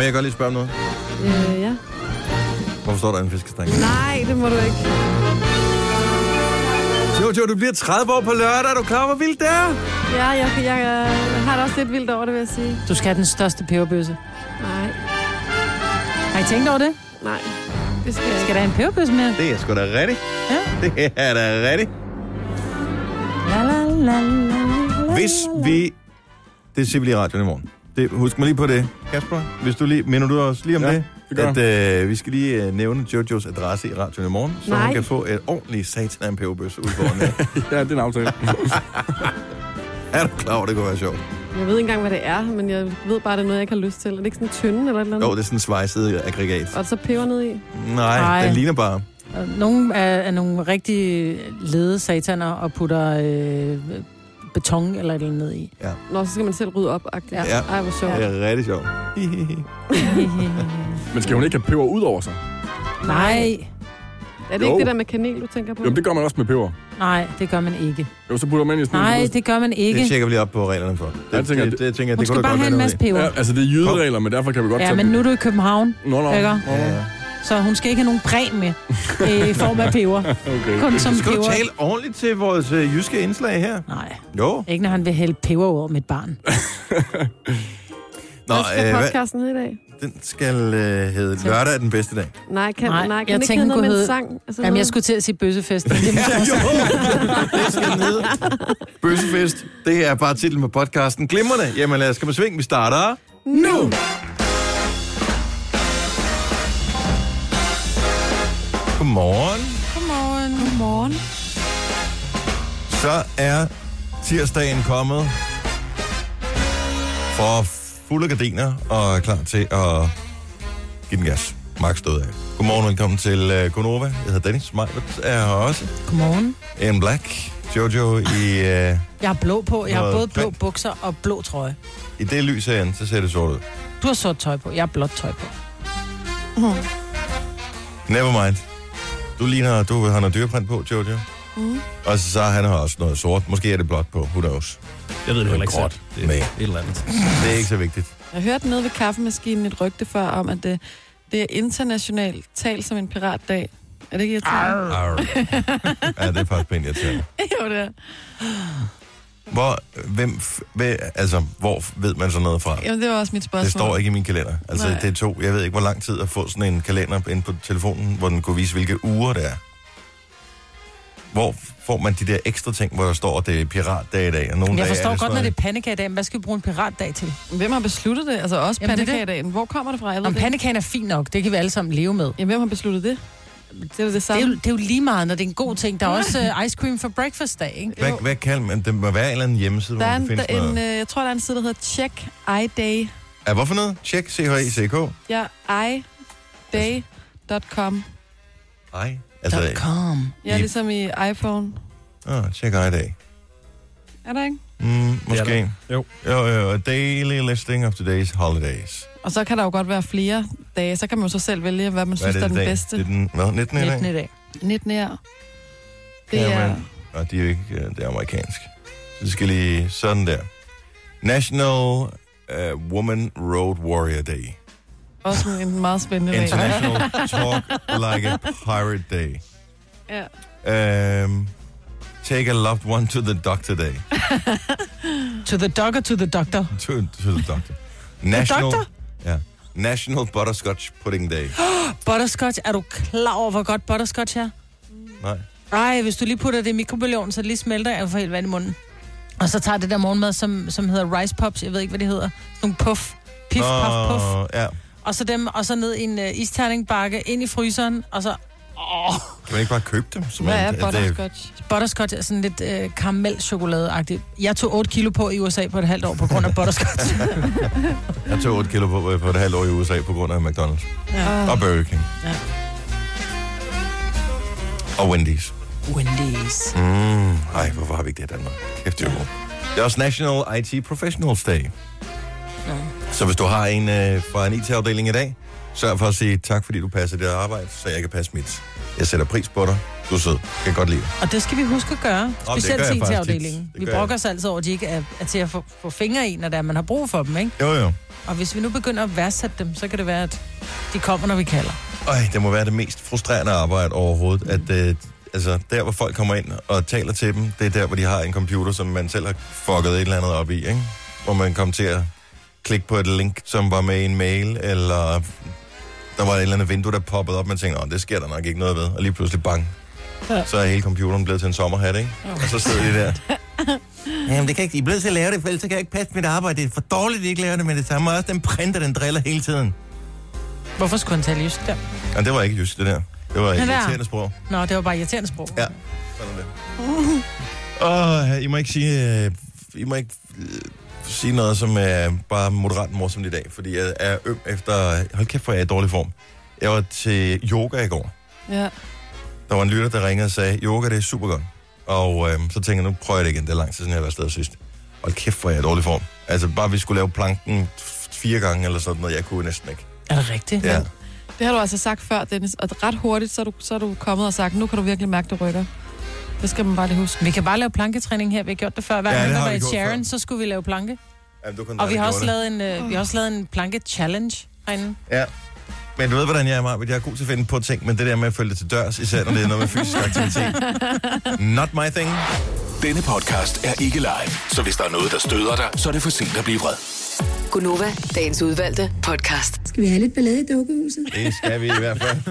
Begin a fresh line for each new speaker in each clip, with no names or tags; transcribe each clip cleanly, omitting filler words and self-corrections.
Må jeg godt lige spørge om noget?
Ja.
Hvorfor står der en fiskestang?
Nej, det må du ikke.
Jojo, du bliver 30 år på lørdag. Er du klar, hvor vildt det er?
Ja, jeg har det også lidt vildt over det, vil jeg sige.
Du skal have den største peberbøsse.
Nej.
Har I tænkt over det?
Nej, det skal jeg
Skal
ikke.
der have en peberbøsse med?
Det er sgu da rigtigt.
Ja.
Det er da rigtigt.
La, la, la, la,
Hvis vi... Det siger vi lige i radioen i morgen. Husk mig lige på det. Kasper, hvis du lige... Minder du også lige om det? At vi skal lige nævne Jojos adresse i radioen i morgen, så hun kan få et ordentligt satan af en peberbøsse ud foran.
Ja, det er en aftale.
Er du klar over, det kunne være sjovt?
Jeg ved ikke engang, hvad det er, men jeg ved bare, det er noget, jeg ikke har lyst til. Er det ikke sådan en tynde eller et eller andet?
Jo, det er sådan en svejset aggregat.
Og så peber ned i?
Nej, den ligner bare.
Nogle er nogle rigtig lede sataner og putter beton eller et eller andet ned i.
Ja.
Nå, så skal man selv rydde op-agtigt.
Ja.
Ej, hvor sjovt.
Det er rigtig sjovt.
Men skal hun ikke have peber ud over sig?
Nej.
Er det ikke det der med kanel, du tænker på?
Jo, det gør man også med peber.
Nej, det gør man ikke.
Jo, så putter man ind i sådan
Nej, det gør man ikke.
Det tjekker vi lige op på reglerne for.
Jeg tænker,
det tænker jeg,
Hun
det kunne
skal
da
bare
godt
have en masse peber.
Ja, altså det er jyderegler, men derfor kan vi godt
Ja,
tage
men nu er du i København.
Nå.
Ikke?
Ja.
Så hun skal ikke have nogen præmie i form af peber.
Okay.
Kun som
Skal du
peber.
tale ordentligt til vores jyske indslag her?
Nej,
Jo.
ikke når han vil hælde peber over med et barn.
Nå,
Hvad skal podcasten hedde i dag?
den skal hedde Lørdag er den bedste dag.
Nej, kan
jeg
den ikke
tænkte,
hedde noget
den
med
kunne
en sang? Altså
Jamen,
noget?
jeg skulle til at sige bøssefest.
Det skal den hedde. Bøssefest. Det er bare titlen på podcasten. Glimrende. Jamen lad os komme sving. Vi starter nu. Godmorgen.
Godmorgen.
Så er tirsdagen kommet for fulde gardiner og er klar til at give den gas. Max stod af. Godmorgen, velkommen til Gonova. Jeg hedder Dennis. Majbert er her også.
Godmorgen.
En Black. Jojo i...
Jeg har blå på. Jeg har
Noget
både blå
pant.
bukser og blå trøje.
I det lys herinde, så ser det sort ud.
Du har sort tøj på. Jeg har blåt tøj på.
Never mind. Du har noget dyreprint på, Jojo. Og så han har også noget sort. Måske er det blåt på. Who knows?
Jeg ved det heller ikke
Gråt.
selv. Det er
Men
et eller andet.
det er ikke så vigtigt.
Jeg hørte nede ved kaffemaskinen et rygte før om, at det er internationalt talt som en piratdag. Er det ikke irriterende?
Arr. Ja, det er faktisk pænt irriterende.
Jo, det er.
Hvor ved man sådan noget fra?
Jamen, det var også mit spørgsmål.
Det står ikke i min kalender. Altså,
Nej.
det tog, jeg ved ikke, hvor lang tid at få sådan en kalender ind på telefonen, hvor den kunne vise, hvilke uger det er. Hvor får man de der ekstra ting, hvor der står, at det er piratdag i dag? Og nogle
Jeg
dage
forstår
det
godt,
sådan
når det er pandekagedag. Hvad skal vi bruge en piratdag til?
Hvem har besluttet det? Altså også
Jamen, det er det.
pandekagedagen. Hvor kommer det fra? Jeg ved
Om
det ikke.
pandekagen er fint nok, det kan vi alle sammen leve med.
Jamen, hvem har besluttet det? Det er jo det
Det er,
samme.
jo, det er jo lige meget, når det er en god ting. Der er også ice cream for breakfast dag, ikke?
Hvad kalder man? Det må være en eller anden hjemmeside,
Der
hvor
er
man kan finde sådan noget.
jeg tror, der er en side, der hedder Check iDay.
Ja, hvorfor noget? Check, C-H-E-C-K.
Ja, iday.com.
Ej, altså...
.com.
Ja, ligesom i iPhone.
Check i dag.
Er der ikke?
Måske.
Jo.
Jo, a daily listing of today's holidays.
Og så kan der jo godt være flere dage. Så kan man jo så selv vælge, hvad man synes, der er den
i dag?
bedste.
Det er den, hvad, 19. i dag?
19. i dag.
19 år. Det
Ja,
er...
men- Og de er jo ikke, det er amerikansk. Så det skal lige sådan der. National Woman Road Warrior Day.
Også en meget spændende dag.
International Talk Like a Pirate Day.
Ja.
Take a loved one to the doctor day.
To the dog or to the doctor?
To the doctor. National,
doctor?
Ja. National Butterscotch Pudding Day.
Butterscotch. Er du klar over, hvor godt butterscotch er?
Nej.
Ej, hvis du lige putter det i mikrobølgeovnen, så det lige smelter, jeg får helt vand i munden. Og så tager det der morgenmad, som hedder rice pops. Jeg ved ikke, hvad det hedder. Sådan nogle puff. Pif, puff, puff.
Ja.
Og så dem, og så ned i en isterningbakke, ind i fryseren, og så...
Kan man ikke bare købe dem? Som
Hvad
en-
er
det-
butterscotch?
Butterscotch er sådan lidt karamel-chokolade-agtigt. Jeg tog 8 kilo på i USA på et halvt år på grund af butterscotch.
Jeg tog 8 kilo på et halvt år i USA på grund af McDonald's.
Ja.
Og Burger King.
Ja.
Og Wendy's.
Wendy's.
Ej, hvorfor har vi ikke det i Danmark? Kæft, det er god. Det er også National IT Professionals Day.
Ja.
Så hvis du har en fra en IT-afdeling i dag, Sørg for at sige tak, fordi du passer dit arbejde, så jeg kan passe mit. Jeg sætter pris på dig. Du er sød. Jeg kan godt lide det.
Og det skal vi huske at gøre. Specielt til IT-afdelingen. Vi brokker os altid over, at de ikke er til at få fingre i, når der man har brug for dem, ikke?
Jo.
Og hvis vi nu begynder at værdsætte dem, så kan det være, at de kommer, når vi kalder.
Det må være det mest frustrerende arbejde overhovedet, at altså, der hvor folk kommer ind og taler til dem, det er der, hvor de har en computer, som man selv har fucket et eller andet op i, ikke? Hvor man kommer til at klikke på et link, som var med i en mail, eller der var et eller andet vindue, der poppede op, man tænkte, det sker der nok ikke noget ved, og lige pludselig bang. Ja. Så er hele computeren blevet til en sommerhat, ikke? Og så sidder de der. Jamen, det kan ikke, I er blevet til at lave det, for ellers så kan jeg ikke passe mit arbejde. Det er for dårligt, at I ikke laver det med det samme. Og også den printer, den driller hele tiden.
Hvorfor skulle han tale jysk der?
Ja, det var ikke jysk, det der. Det var irriterende sprog.
Nå, det var bare irriterende sprog.
Ja, sådan det. I må ikke sige noget, som er bare moderat morsomt i dag, fordi jeg er efter... Hold kæft, hvor jeg er i dårlig form. Jeg var til yoga i går.
Ja.
Der var en lytter, der ringede og sagde, yoga, det er super godt. Og så tænkte jeg, nu prøver jeg det igen. Det er lang tid siden, jeg har været afsted sidst. Hold kæft, hvor jeg er i dårlig form. Altså, bare vi skulle lave planken 4 gange eller sådan noget. Jeg kunne næsten ikke.
Er det rigtigt?
Ja.
Det har du altså sagt før, Dennis. Og ret hurtigt, så er du kommet og sagt, nu kan du virkelig mærke, det rykker. Det skal man bare lige huske.
Vi kan bare lave planketræning her. Vi har gjort det før. Hver gang der var i Sharon, så skulle vi lave planke.
Jamen,
og vi har også lavet en planke-challenge herinde.
Ja. Men du ved, hvordan jeg er, Marvind. Jeg er god til at finde på ting, men det der med at følge det til dørs, især når det er noget med fysisk aktivitet. Not my thing.
Denne podcast er ikke live, så hvis der er noget, der støder dig, så er det for sent at blive vred.
Gunova, dagens udvalgte podcast.
Skal vi have lidt ballade i dukkehuset?
Det skal vi i hvert fald.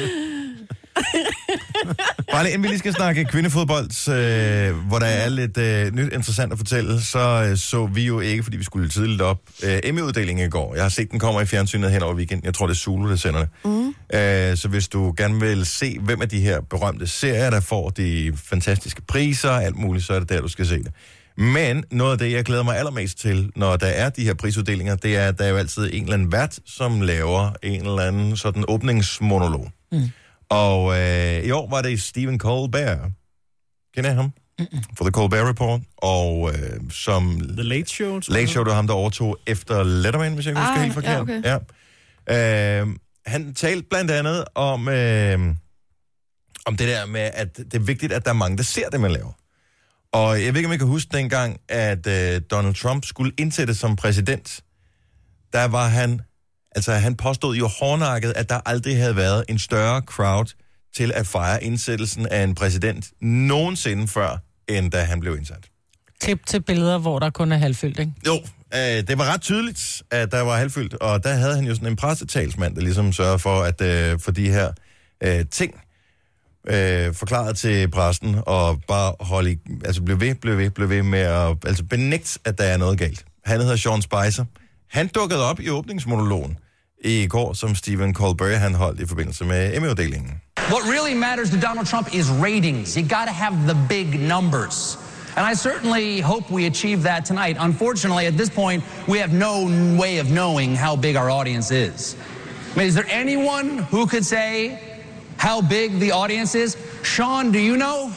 Bare lige, inden vi lige skal snakke kvindefodbold, hvor der er lidt nyt interessant at fortælle, så vi jo ikke, fordi vi skulle tidligt op, Emmy-uddelingen i går. Jeg har set, den kommer i fjernsynet hen over weekenden. Jeg tror, det er Zulu, der sender det. Så hvis du gerne vil se, hvem af de her berømte serier, der får de fantastiske priser og alt muligt, så er det der, du skal se det. Men noget af det, jeg glæder mig allermest til, når der er de her prisuddelinger, det er, at der er jo altid en eller anden vært, som laver en eller anden sådan åbningsmonolog. Og i år var det Stephen Colbert. Kender jeg ham? For The Colbert Report. Og som...
The Late Show?
Late Show, det var ham, der overtog efter Letterman, hvis jeg ikke husker helt forkert.
Ja, okay.
Ja. Han talte blandt andet om det der med, at det er vigtigt, at der er mange, der ser det, man laver. Og jeg ved ikke, om jeg kan huske dengang, at Donald Trump skulle indsættes som præsident. Der var han... Altså, han påstod jo hårdnakket, at der aldrig havde været en større crowd til at fejre indsættelsen af en præsident nogensinde før, end da han blev indsat.
Klip til billeder, hvor der kun er halvfyldt, ikke?
Jo, det var ret tydeligt, at der var halvfyldt, og der havde han jo sådan en pressetalsmand, der ligesom sørgede for, at for de her ting forklaret til pressen, og bare blev ved med at benægte, at der er noget galt. Han hedder Sean Spicer. Han dukkede op i åbningsmonologen i går, som Stephen Colbert han holdt i forbindelse med Emmy-uddelingen.
What really matters to Donald Trump is ratings. You got to have the big numbers. And I certainly hope we achieve that tonight. Unfortunately, at this point, we have no way of knowing how big our audience is. I mean, is there anyone who could say how big the audience is? Sean, do you know?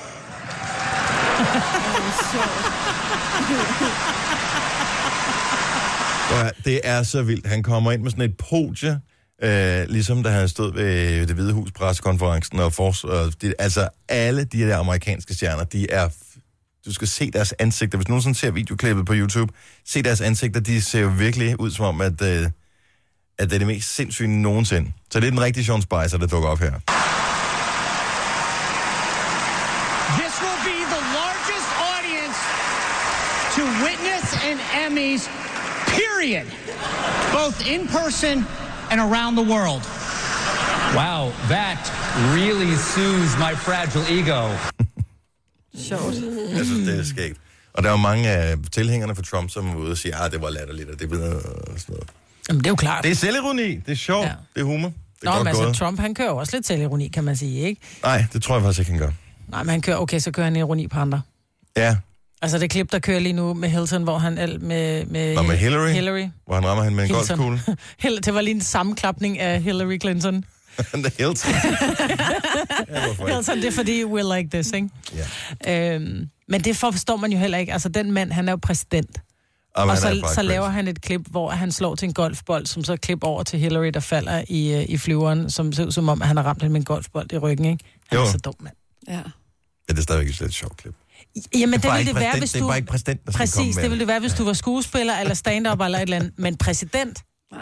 Det er så vildt. Han kommer ind med sådan et podie, ligesom da han stod ved Det Hvide Hus pressekonferencen, altså alle de der amerikanske stjerner, de er... Du skal se deres ansigter. Hvis nogen sådan ser videoklippet på YouTube, se deres ansigter, de ser jo virkelig ud som om, at det er det mest sindssyge nogensinde. Så det er den rigtige Sean Spicer, der dukker op her.
This will be the largest audience to witness an Emmys, period. Both in person and around the world.
Wow, that really soothes my fragile ego.
Sjovt.
Jeg synes, det er skægt. Og der er jo mange af tilhængerne for Trump, som er ude og siger, det var latterligt, og det ved og sådan noget.
Jamen, det er jo klart.
Det er selvironi, det er sjovt, det er humor. Det er
men altså, Trump, han kører også lidt selvironi, kan man sige, ikke?
Nej, det tror jeg faktisk ikke, han gør.
Nej, men han kører, så kører han ironi på andre.
Ja.
Altså, det klip, der kører lige nu med Hilton, hvor han
med Hillary, hvor han rammer hende med en golfkugle.
Det var lige en sammenklapning af Hillary Clinton.
The Hilton.
Hilton, det er fordi, we're like this, ikke?
Yeah.
Men det forstår man jo heller ikke. Altså, den mand, han er jo præsident. Og så laver han et klip, hvor han slår til en golfbold, som så klipper over til Hillary, der falder i flyveren, som ser ud som om, han har ramt hende med en golfbold i ryggen, ikke? Han er så dum, mand.
Ja.
Ja, det er stadigvæk et sjovt klip.
Jamen, det ville det være, hvis du...
Det er bare ikke præsidenten, der skal komme med.
Præcis, det ville det være, hvis du var skuespiller, eller stand-up, eller et eller andet. Men præsident?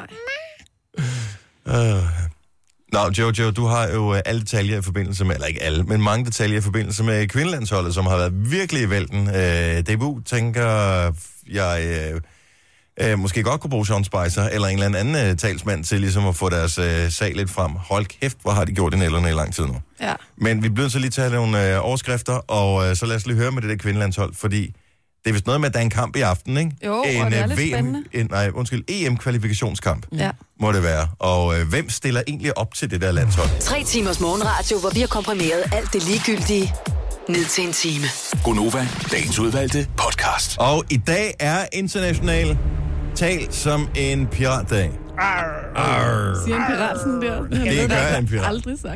Nej.
Nå, Jojo, du har jo alle detaljer i forbindelse med, eller ikke alle, men mange detaljer i forbindelse med kvindelandsholdet, som har været virkelig i vælten. DBU tænker jeg måske godt kunne bruge Sean Spicer, eller en eller anden talsmand til ligesom at få deres sag lidt frem. Hold kæft, hvor har de gjort det nælderne i lang tid nu.
Ja.
Men vi bliver så lige til at have nogle overskrifter, og så lad os lige høre med det der kvindelandshold, fordi det er vist noget med, at der er en kamp i aften, ikke?
Jo, og det er lidt spændende.
EM-kvalifikationskamp må det være. Og hvem stiller egentlig op til det der landshold?
3 timers morgenradio, hvor vi har komprimeret alt det ligegyldige ned til en time.
Gonova, dagens udvalgte podcast.
Og i dag er international tal som en piratdag.
Siger en pirat sådan der?
Det gør en pirat.
Aldrig sagt.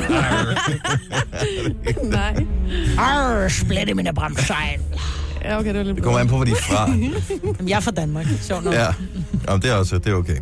Nej.
Splitte mine bremsejl.
Ja, okay, det var lidt...
Det kommer an på, hvor de er fra.
Jeg er fra Danmark, sjovt nok.
Ja, jamen, det er okay.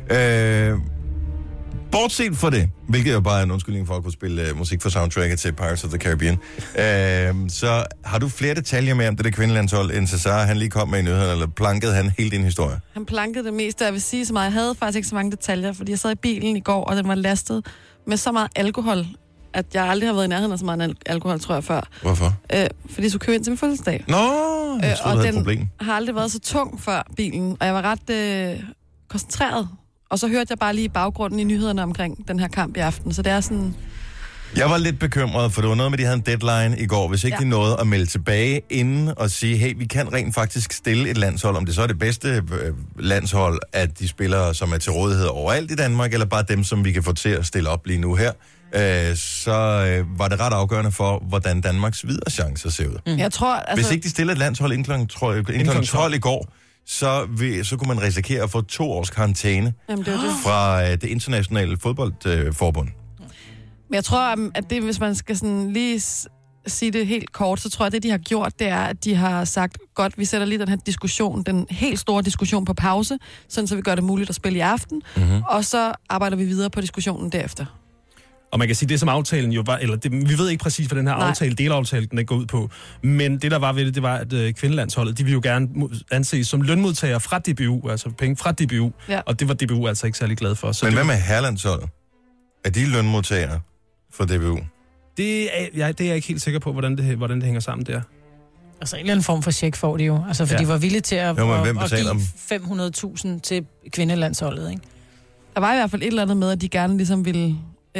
Bortset fra det, hvilket jo bare er en undskyldning for at kunne spille musik for soundtracket til Pirates of the Caribbean, så har du flere detaljer med om det der kvindelandshold, end Cesar, han lige kom med i nyhederne, eller plankede han helt din historie?
Han plankede det meste, jeg vil sige så meget. Jeg havde faktisk ikke så mange detaljer, fordi jeg sad i bilen i går, og den var lastet med så meget alkohol, at jeg aldrig har været i nærheden af så meget alkohol, tror jeg, før.
Hvorfor?
Fordi jeg skulle købe ind til min fødselsdag.
Nå, jeg troede, du havde et problem.
Har aldrig været så tung før bilen, og jeg var ret koncentreret. Og så hørte jeg bare lige i baggrunden i nyhederne omkring den her kamp i aften, så det er sådan...
Jeg var lidt bekymret, for det var noget med, de havde en deadline i går. Hvis ikke de nåede at melde tilbage inden og sige, hey, vi kan rent faktisk stille et landshold, om det så er det bedste landshold, at de spillere, som er til rådighed overalt i Danmark, eller bare dem, som vi kan få til at stille op lige nu her, så var det ret afgørende for, hvordan Danmarks videre chancer ser ud.
Jeg tror, altså...
Hvis ikke de stillede et landshold inden kl. 12 i går, så kunne man risikere at få 2 års karantæne fra det internationale fodboldforbund.
Men jeg tror, at det, hvis man skal sådan lige sige det helt kort, så tror jeg, at det, de har gjort, det er, at de har sagt, godt, vi sætter lige den her diskussion, den helt store diskussion på pause, sådan så vi gør det muligt at spille i aften, og så arbejder vi videre på diskussionen derefter.
Og man kan sige, det som aftalen jo var, eller det, vi ved ikke præcis, hvad den her aftale, delaftale, den går ud på, men det der var ved det var, at kvindelandsholdet, de ville jo gerne anses som lønmodtagere fra DBU, altså penge fra DBU, og det var DBU altså ikke særlig glad for. Så
men hvad med herrelandsholdet? Er de lønmodtagere for DBU?
Det er jeg ikke helt sikker på, hvordan det hænger sammen der.
Altså en eller anden form for check får de jo. Altså for de var villige til at give 500.000 til kvindelandsholdet, ikke?
Der var i hvert fald et eller andet med, at de gerne ligesom ville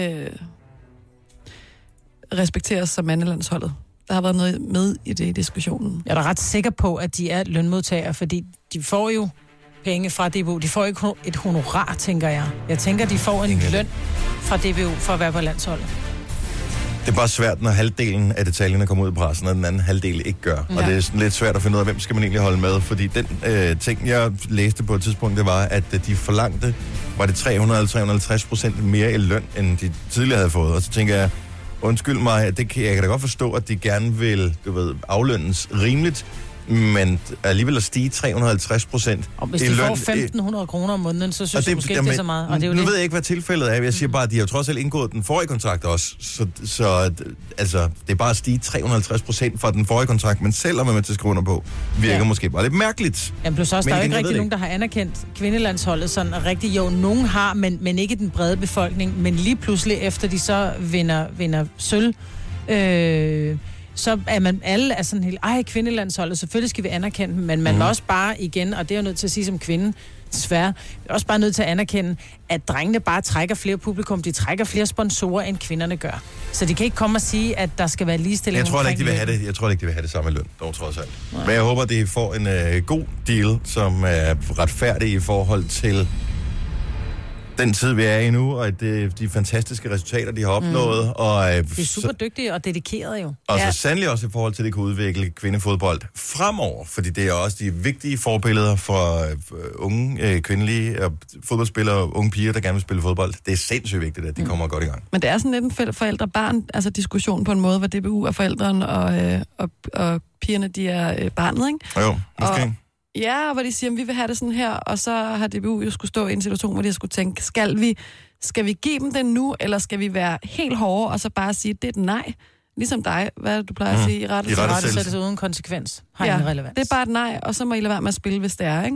respekteres som mandelandsholdet. Der har været noget med i det i diskussionen.
Jeg er da ret sikker på, at de er lønmodtagere, fordi de får jo penge fra DBU. De får ikke et honorar, tænker jeg. Jeg tænker, de får en løn fra DBU for at være på landsholdet.
Det er bare svært, når halvdelen af detaljerne kommer ud i pressen, og den anden halvdel ikke gør. Ja. Og det er sådan lidt svært at finde ud af, hvem skal man egentlig holde med. Fordi den ting, jeg læste på et tidspunkt, det var, at de forlangte, var det 300-350% mere i løn, end de tidligere havde fået. Og så tænker jeg, undskyld mig, jeg kan da godt forstå, at de gerne vil, aflønnes rimeligt, men alligevel at stige 350%.
Og hvis de får 1.500 kroner om måneden, så synes jeg måske ikke, det er så meget. Og det er jo
nu ved jeg ikke, hvad tilfældet er. Jeg siger bare, at de har jo trods alt indgået den forrige kontrakt også. Så altså, det er bare at stige 350% fra den forrige kontrakt, men selvom man til skrive på, virker måske bare lidt mærkeligt.
Jamen plus også, der er jo ikke rigtig nogen, der har anerkendt kvindelandsholdet sådan rigtig. Jo, nogen har, men ikke den brede befolkning. Men lige pludselig, efter de så vinder sølv, så er man alle er sådan helt, kvindelandsholdet, selvfølgelig skal vi anerkende dem, men man er også bare igen, og det er jo nødt til at sige som kvinde, desværre, er også bare nødt til at anerkende, at drengene bare trækker flere publikum, de trækker flere sponsorer, end kvinderne gør. Så de kan ikke komme og sige, at der skal være ligestilling.
Jeg tror ikke, de vil have det. Jeg tror ikke, de vil have det samme løn, dog trods alt. Nej. Men jeg håber, de får en god deal, som er retfærdig i forhold til den tid, vi er i nu, og de fantastiske resultater, de har opnået. Og,
de er super dygtige og dedikerede jo.
Og så sandelig også i forhold til, at det kan udvikle kvindefodbold fremover, fordi det er også de vigtige forbilleder for unge kvindelige fodboldspillere, unge piger, der gerne vil spille fodbold. Det er sindssygt vigtigt, at de kommer godt i gang.
Men det er sådan lidt en forældre-barn, altså diskussion på en måde, hvor DBU er forældren, og pigerne, de er barnet, ikke?
Jo, måske.
Ja, hvor de siger, at vi vil have det sådan her, og så har DBU jo skulle stå i en situation, hvor de skulle tænke, skal vi give dem den nu, eller skal vi være helt hårde, og så bare sige, det er et nej? Ligesom dig, hvad du plejer at sige i
rettesættelse uden konsekvens. Har ingen relevans.
Det er bare et nej, og så må I lade være med at spille, hvis det er, ikke?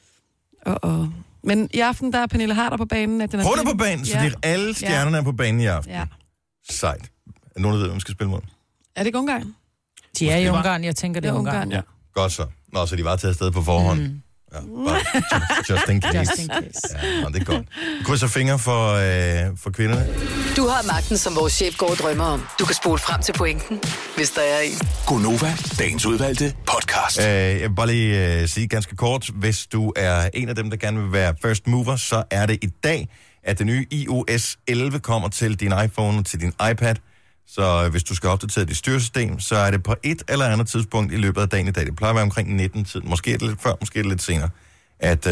Men i aften, der er Pernille Harder på banen. At den
Hun er på banen, så det er alle stjernerne er på banen i aften. Ja. Sejt. Er nogen, der ved, hvem skal spille mod?
Er det ikke Ungarn?
De er i Ungarn, jeg tænker, det er Ungarn.
Ja.
Godt så. Nå, så de var taget afsted på forhånd. Ja, bare just in case.
Just in case.
Ja, det er godt. Krydser fingre for kvinderne.
Du har magten, som vores chef går og drømmer om. Du kan spole frem til pointen, hvis der er en.
Gonova, dagens udvalgte podcast.
Jeg vil bare lige sige ganske kort. Hvis du er en af dem, der gerne vil være first mover, så er det i dag, at det nye iOS 11 kommer til din iPhone og til din iPad. Så hvis du skal opdatere dit styresystem, så er det på et eller andet tidspunkt i løbet af dagen i dag. Det plejer at være omkring 19-tiden. Måske er det lidt før, måske er det lidt senere, at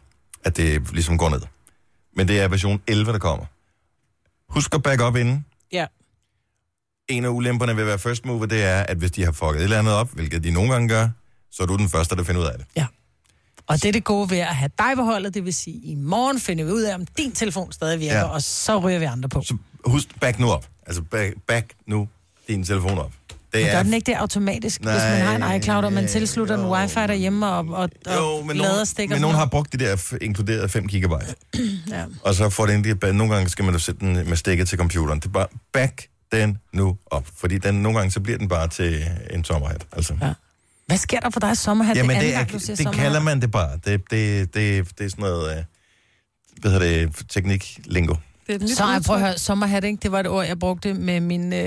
det ligesom går ned. Men det er version 11, der kommer. Husk at back up inden.
Ja.
En af ulemperne ved at være first mover, det er, at hvis de har fucket et eller andet op, hvilket de nogle gange gør, så er du den første, der finder ud af det.
Ja. Og det er det gode ved at have dig på holdet, det vil sige, i morgen finder vi ud af, om din telefon stadig virker, og så ryger vi andre på.
Så husk, back nu op. Altså, back nu din telefon op.
Men gør den ikke det automatisk, hvis man har en iCloud, og man tilslutter en wifi derhjemme og lader stikker?
Men nogen har brugt det der inkluderede 5 gigabyte. Ja. Og så får det endelig, nogle gange skal man da sætte den med stikket til computeren. Det er bare, back den nu op. Fordi nogle gange, så bliver den bare til en sommerhat. Altså. Ja.
Hvad sker der for dig sommerhat?
Jamen, det kalder man det bare. Det er sådan noget, hvad hedder det, teknik-lingo.
Så jeg prøver at høre, sommerhat, ikke? Det var et ord, jeg brugte med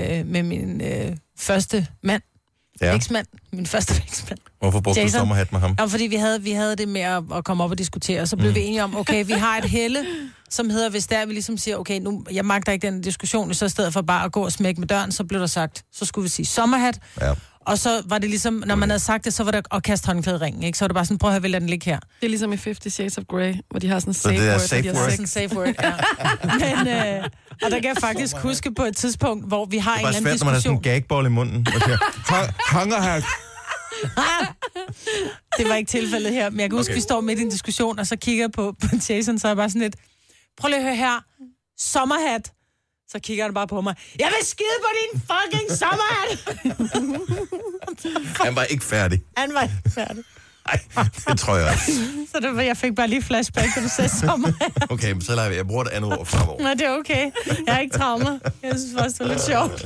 min første mand. Ja. Eksmand. Min første eksmand.
Hvorfor brugte du sommerhat med ham?
Ja, fordi vi havde det med at komme op og diskutere, og så blev vi enige om, okay, vi har et helle, som hedder, hvis der vi ligesom siger, okay, nu, jeg magter ikke den diskussion, så i stedet for bare at gå og smække med døren, så blev der sagt, så skulle vi sige sommerhat. Ja. Og så var det ligesom, når man havde sagt det, så var det at kaste håndklæde i ringen, ikke? Så var det bare sådan, prøv at høre, vil den ligge her?
Det er ligesom i 50 Shades of Grey, hvor de har sådan en safe
word.
Safe
word.
Sådan en safe word, ja. Men, og der kan jeg faktisk huske på et tidspunkt, hvor vi har en eller anden diskussion. Det er bare svært, når man har sådan en gagball i munden.
Hungerhack.
Det var ikke tilfældet her, men jeg kan huske, vi står midt i en diskussion, og så kigger jeg på Jason, så er jeg bare sådan lidt, prøv lige at høre her, sommerhat. Så kigger han bare på mig. Jeg vil skide på din fucking sommerhat!
Han var ikke færdig.
Han var ikke færdig.
Nej, det tror jeg ikke.
Så jeg fik bare lige flashback, da du sagde sommerhat.
Okay, men så lader jeg bruger et andet ord fremover.
Nej, det er okay. Jeg har ikke traumer. Jeg synes faktisk, det var lidt sjovt.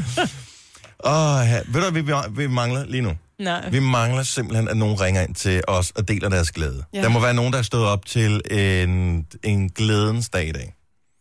Ved du, hvad vi mangler lige nu?
Nej.
Vi mangler simpelthen, at nogen ringer ind til os og deler deres glæde. Ja. Der må være nogen, der er stået op til en glædens dag i dag.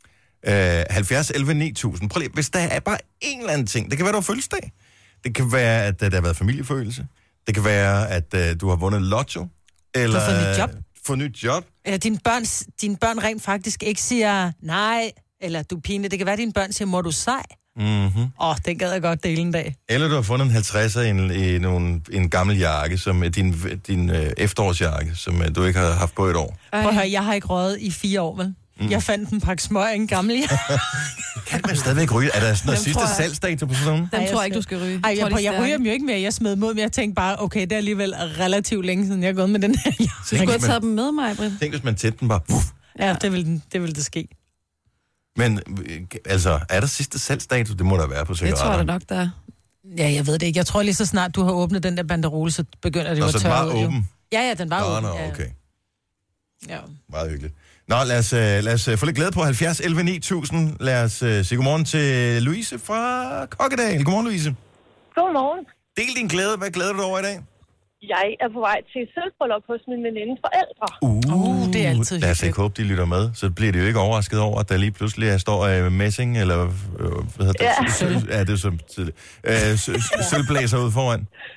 70 11 9000. Prøv lige, hvis der er bare en eller anden ting. Det kan være, du har fødselsdag. Det kan være, at der har været familiefølelse. Det kan være, at du har vundet lotto. Eller
du har fået nyt job.
Få nyt job.
Eller dine børn rent faktisk ikke siger nej, eller du er pinlig. Det kan være, at dine børn siger, mor, du er sej. Den gad jeg godt dele en dag.
Eller du har fundet en 50'er i en gammel jakke, som din efterårsjakke, som du ikke har haft på et år.
Prøv at høre, jeg har ikke røget i 4 år, vel? Jeg fandt en pakke smør af en gammel jakke.
Kan man stadigvæk ryge? Er der sådan noget sidste salgsdato på sådan noget?
Den tror jeg ikke, du skal ryge.
Jeg ryger dem jo ikke mere. Jeg smed mod, men jeg tænkte bare, okay, det er alligevel relativt længe siden, jeg er gået med den her jakke.
Du skulle have taget dem med mig, Britt.
Tænk, hvis man tætte den bare...
Ja, det vil det ske.
Men altså, er der sidste salgsdato? Det må der være på cigaretter.
Det tror jeg nok, der er.
Ja, jeg ved det ikke. Jeg tror lige så snart, du har åbnet den der banderole, så begynder det jo at tørre ud.
Så den var åben?
Ja, den var åben.
Okay.
Ja.
Meget hyggeligt. Nå, lad os få lidt glæde på 70 11 9000. Lad os sige godmorgen til Louise fra Kokkedal. Godmorgen, Louise.
Godmorgen.
Del din glæde. Hvad glæder du dig over i dag?
Jeg er på vej til sølvbryllup hos min venindes forældre.
Det er altid hyggeligt.
Lad os ikke håbe, de lytter med. Så bliver de jo ikke overrasket over, at der lige pludselig står messing, eller hvad hedder det? Ja, det er så tidligt. Sølvblæser ud foran.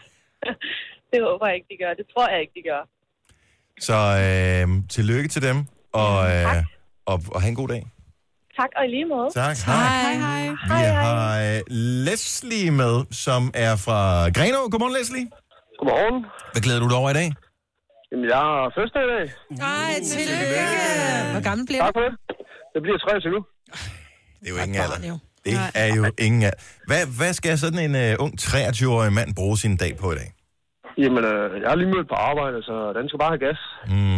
Det håber jeg ikke, de gør. Det tror jeg ikke, de gør.
Så tillykke til dem, og have en god dag.
Tak, og i lige måde.
Tak. Hej. Vi har Leslie med, som er fra Grenaa. Godmorgen, Leslie.
Godmorgen.
Hvad glæder du dig over i dag?
Jamen, jeg har fødselsdag i dag.
Tillykke. Hvor gammel bliver du?
Tak for det. Det bliver 23 nu.
Det er jo ingen alder. Det er jo ingen alder. Hvad skal sådan en ung 23-årig mand bruge sin dag på i dag?
Jamen, jeg har lige mødt på arbejde, så den skal bare have gas.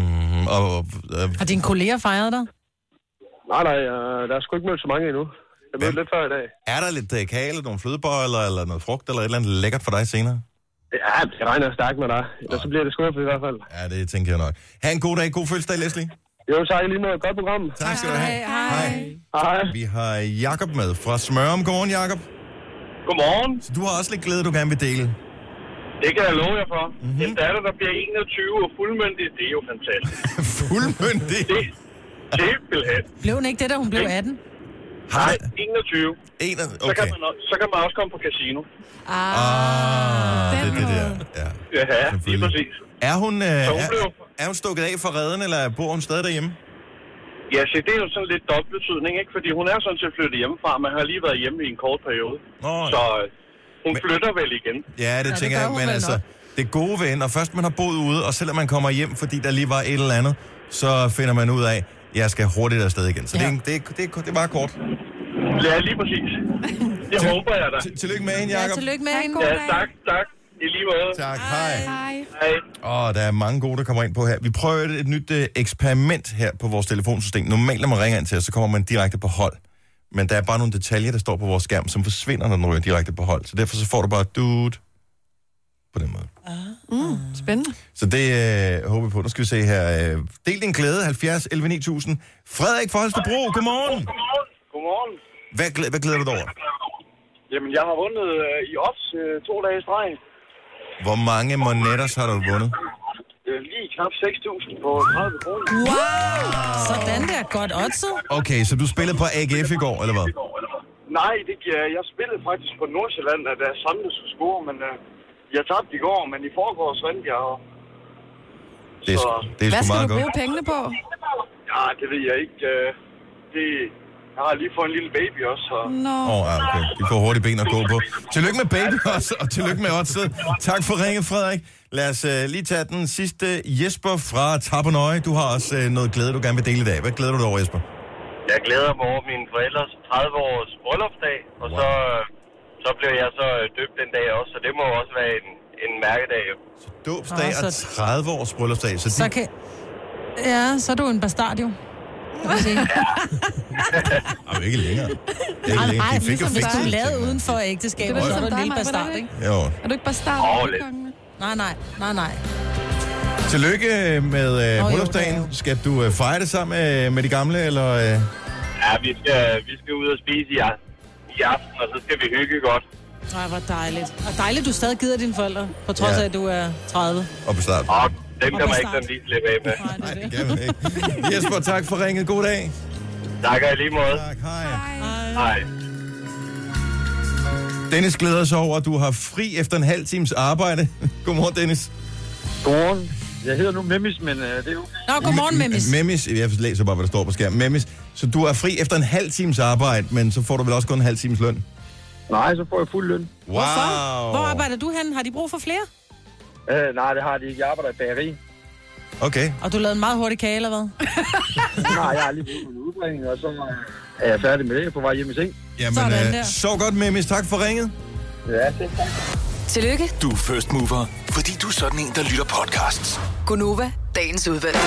Har dine kolleger fejret dig?
Nej, der er sgu ikke mødt så mange endnu. Jeg mødte lidt før i dag.
Er der lidt kage, nogle flødebøjler, eller noget frugt, eller et eller andet lækkert for dig senere?
Ja, det regner stærkt med dig. Ellers så bliver det skuffet i hvert fald.
Ja, det tænker jeg nok. Ha' en god dag. God fødselsdag, Leslie.
Jo, tak lige måde. Godt program.
Tak skal du have.
Hej.
Vi har Jakob med fra Smørum. Godmorgen, Jakob.
Godmorgen.
Så du har også lidt glæde, du gerne vil dele.
Det kan jeg love jer for. En datter, der bliver 21 og fuldmyndig, det er jo fantastisk.
Fuldmyndig?
Det er simpelthen.
Blev hun ikke det, da hun blev 18?
Nej, 21.
Okay.
Så kan man også komme på casino.
Det er det der.
Ja, lige præcis.
Er hun stukket af for redden, eller bor hun stadig derhjemme?
Ja, så det er jo sådan lidt dobbeltbetydning, ikke? Fordi hun er sådan til at flytte hjemmefra, men har lige været hjemme i en kort periode. Så hun flytter vel igen.
Ja, det tænker jeg, men altså, det gode ved, når først man har boet ude, og selvom man kommer hjem, fordi der lige var et eller andet, så finder man ud af, at jeg skal hurtigt afsted igen. Så det er bare kort.
Ja, lige præcis. Det håber jeg da.
Tillykke med hende, Jacob.
Ja, tillykke med hende.
Ja, tak. I lige måde.
Tak, hej.
Hej.
Der er mange gode, der kommer ind på her. Vi prøver et nyt eksperiment her på vores telefonsystem. Normalt, når man ringer ind til os, så kommer man direkte på hold. Men der er bare nogle detaljer, der står på vores skærm, som forsvinder, når den ryger direkte på hold. Så derfor så får du bare dude på den måde.
Spændende.
Så det håber vi på. Nu skal vi se her. Del din glæde, 70 11 9000. Frederik fra Holstebro, godmorgen.
Godmorgen.
Hvad glæder du dig over?
Jamen, jeg har vundet i odds 2 dage i streg.
Hvor mange monetters har du vundet?
Lige knap 6.000 på 30 kroner.
Wow! Sådan der, godt oddset.
Okay, så du spillede på AGF i går, eller hvad?
Nej, jeg spillede faktisk på Nordsjælland, da Sande skulle score, men jeg tabte i går, men i forgårs vandt jeg.
Det er
hvad
sgu
skal
meget
du bruge
godt.
pengene på?
Ja, det ved jeg ikke. Jeg har lige fået en lille baby også. Så...
Okay. De får hurtigt ben at gå på. Tillykke med baby også, og tillykke med oddset. Tak for ringet, Frederik. Lad os lige tage den sidste. Jesper fra Tappernøje. Du har også noget glæde, du gerne vil dele i dag. Hvad glæder du dig over, Jesper?
Jeg glæder mig over mine forældres 30-års bryllupsdag, og så blev jeg så døbt den dag også, så det må også være en mærkedag.
Så dåbsdag og 30-års bryllupsdag.
Så er du en bastard, jo.
Ikke længere.
Nej, ligesom hvis du lavede uden for ægteskabet, så er du en lille bastard, ikke?
Jo.
Er du ikke bastard?
Nej.
Tillykke med bryllupsdagen. Skal du fejre det sammen med de gamle, eller?
Ja, vi skal ud og spise i aften, og så skal vi hygge godt.
Nej, hvor dejligt. Og dejligt, du stadig gider dine forældre, på trods af, at du er 30.
Og på start.
Den kan man ikke sådan lige slippe af med.
Nej, det kan man ikke. Jesper, tak for ringet. God dag.
Tak, og i lige måde.
Tak,
hej.
Dennis glæder sig over, at du har fri efter en halv times arbejde. Godmorgen, Dennis.
Godmorgen. Jeg hedder nu Memmis, men det er jo...
Nå, godmorgen, Memmis.
Memmis, jeg læser bare, hvad der står på skærmen. Memmis, så du er fri efter en halv times arbejde, men så får du vel også kun en halv times løn?
Nej, så får jeg fuld løn.
Wow.
Hvorfor? Hvor arbejder du hen? Har de brug for flere?
Nej, det har de ikke. Jeg arbejder i bageri.
Okay.
Og du lavede en meget hurtig kage, eller hvad?
Nej, jeg har lige fået en udbringning, og så er jeg færdig med det. Jeg er på vej hjem i seng.
Jamen, så godt, Memmis. Tak for ringet.
Ja, det tak.
Tillykke.
Du er first mover, fordi du er sådan en, der lytter podcasts.
Gunova, dagens udvalgte.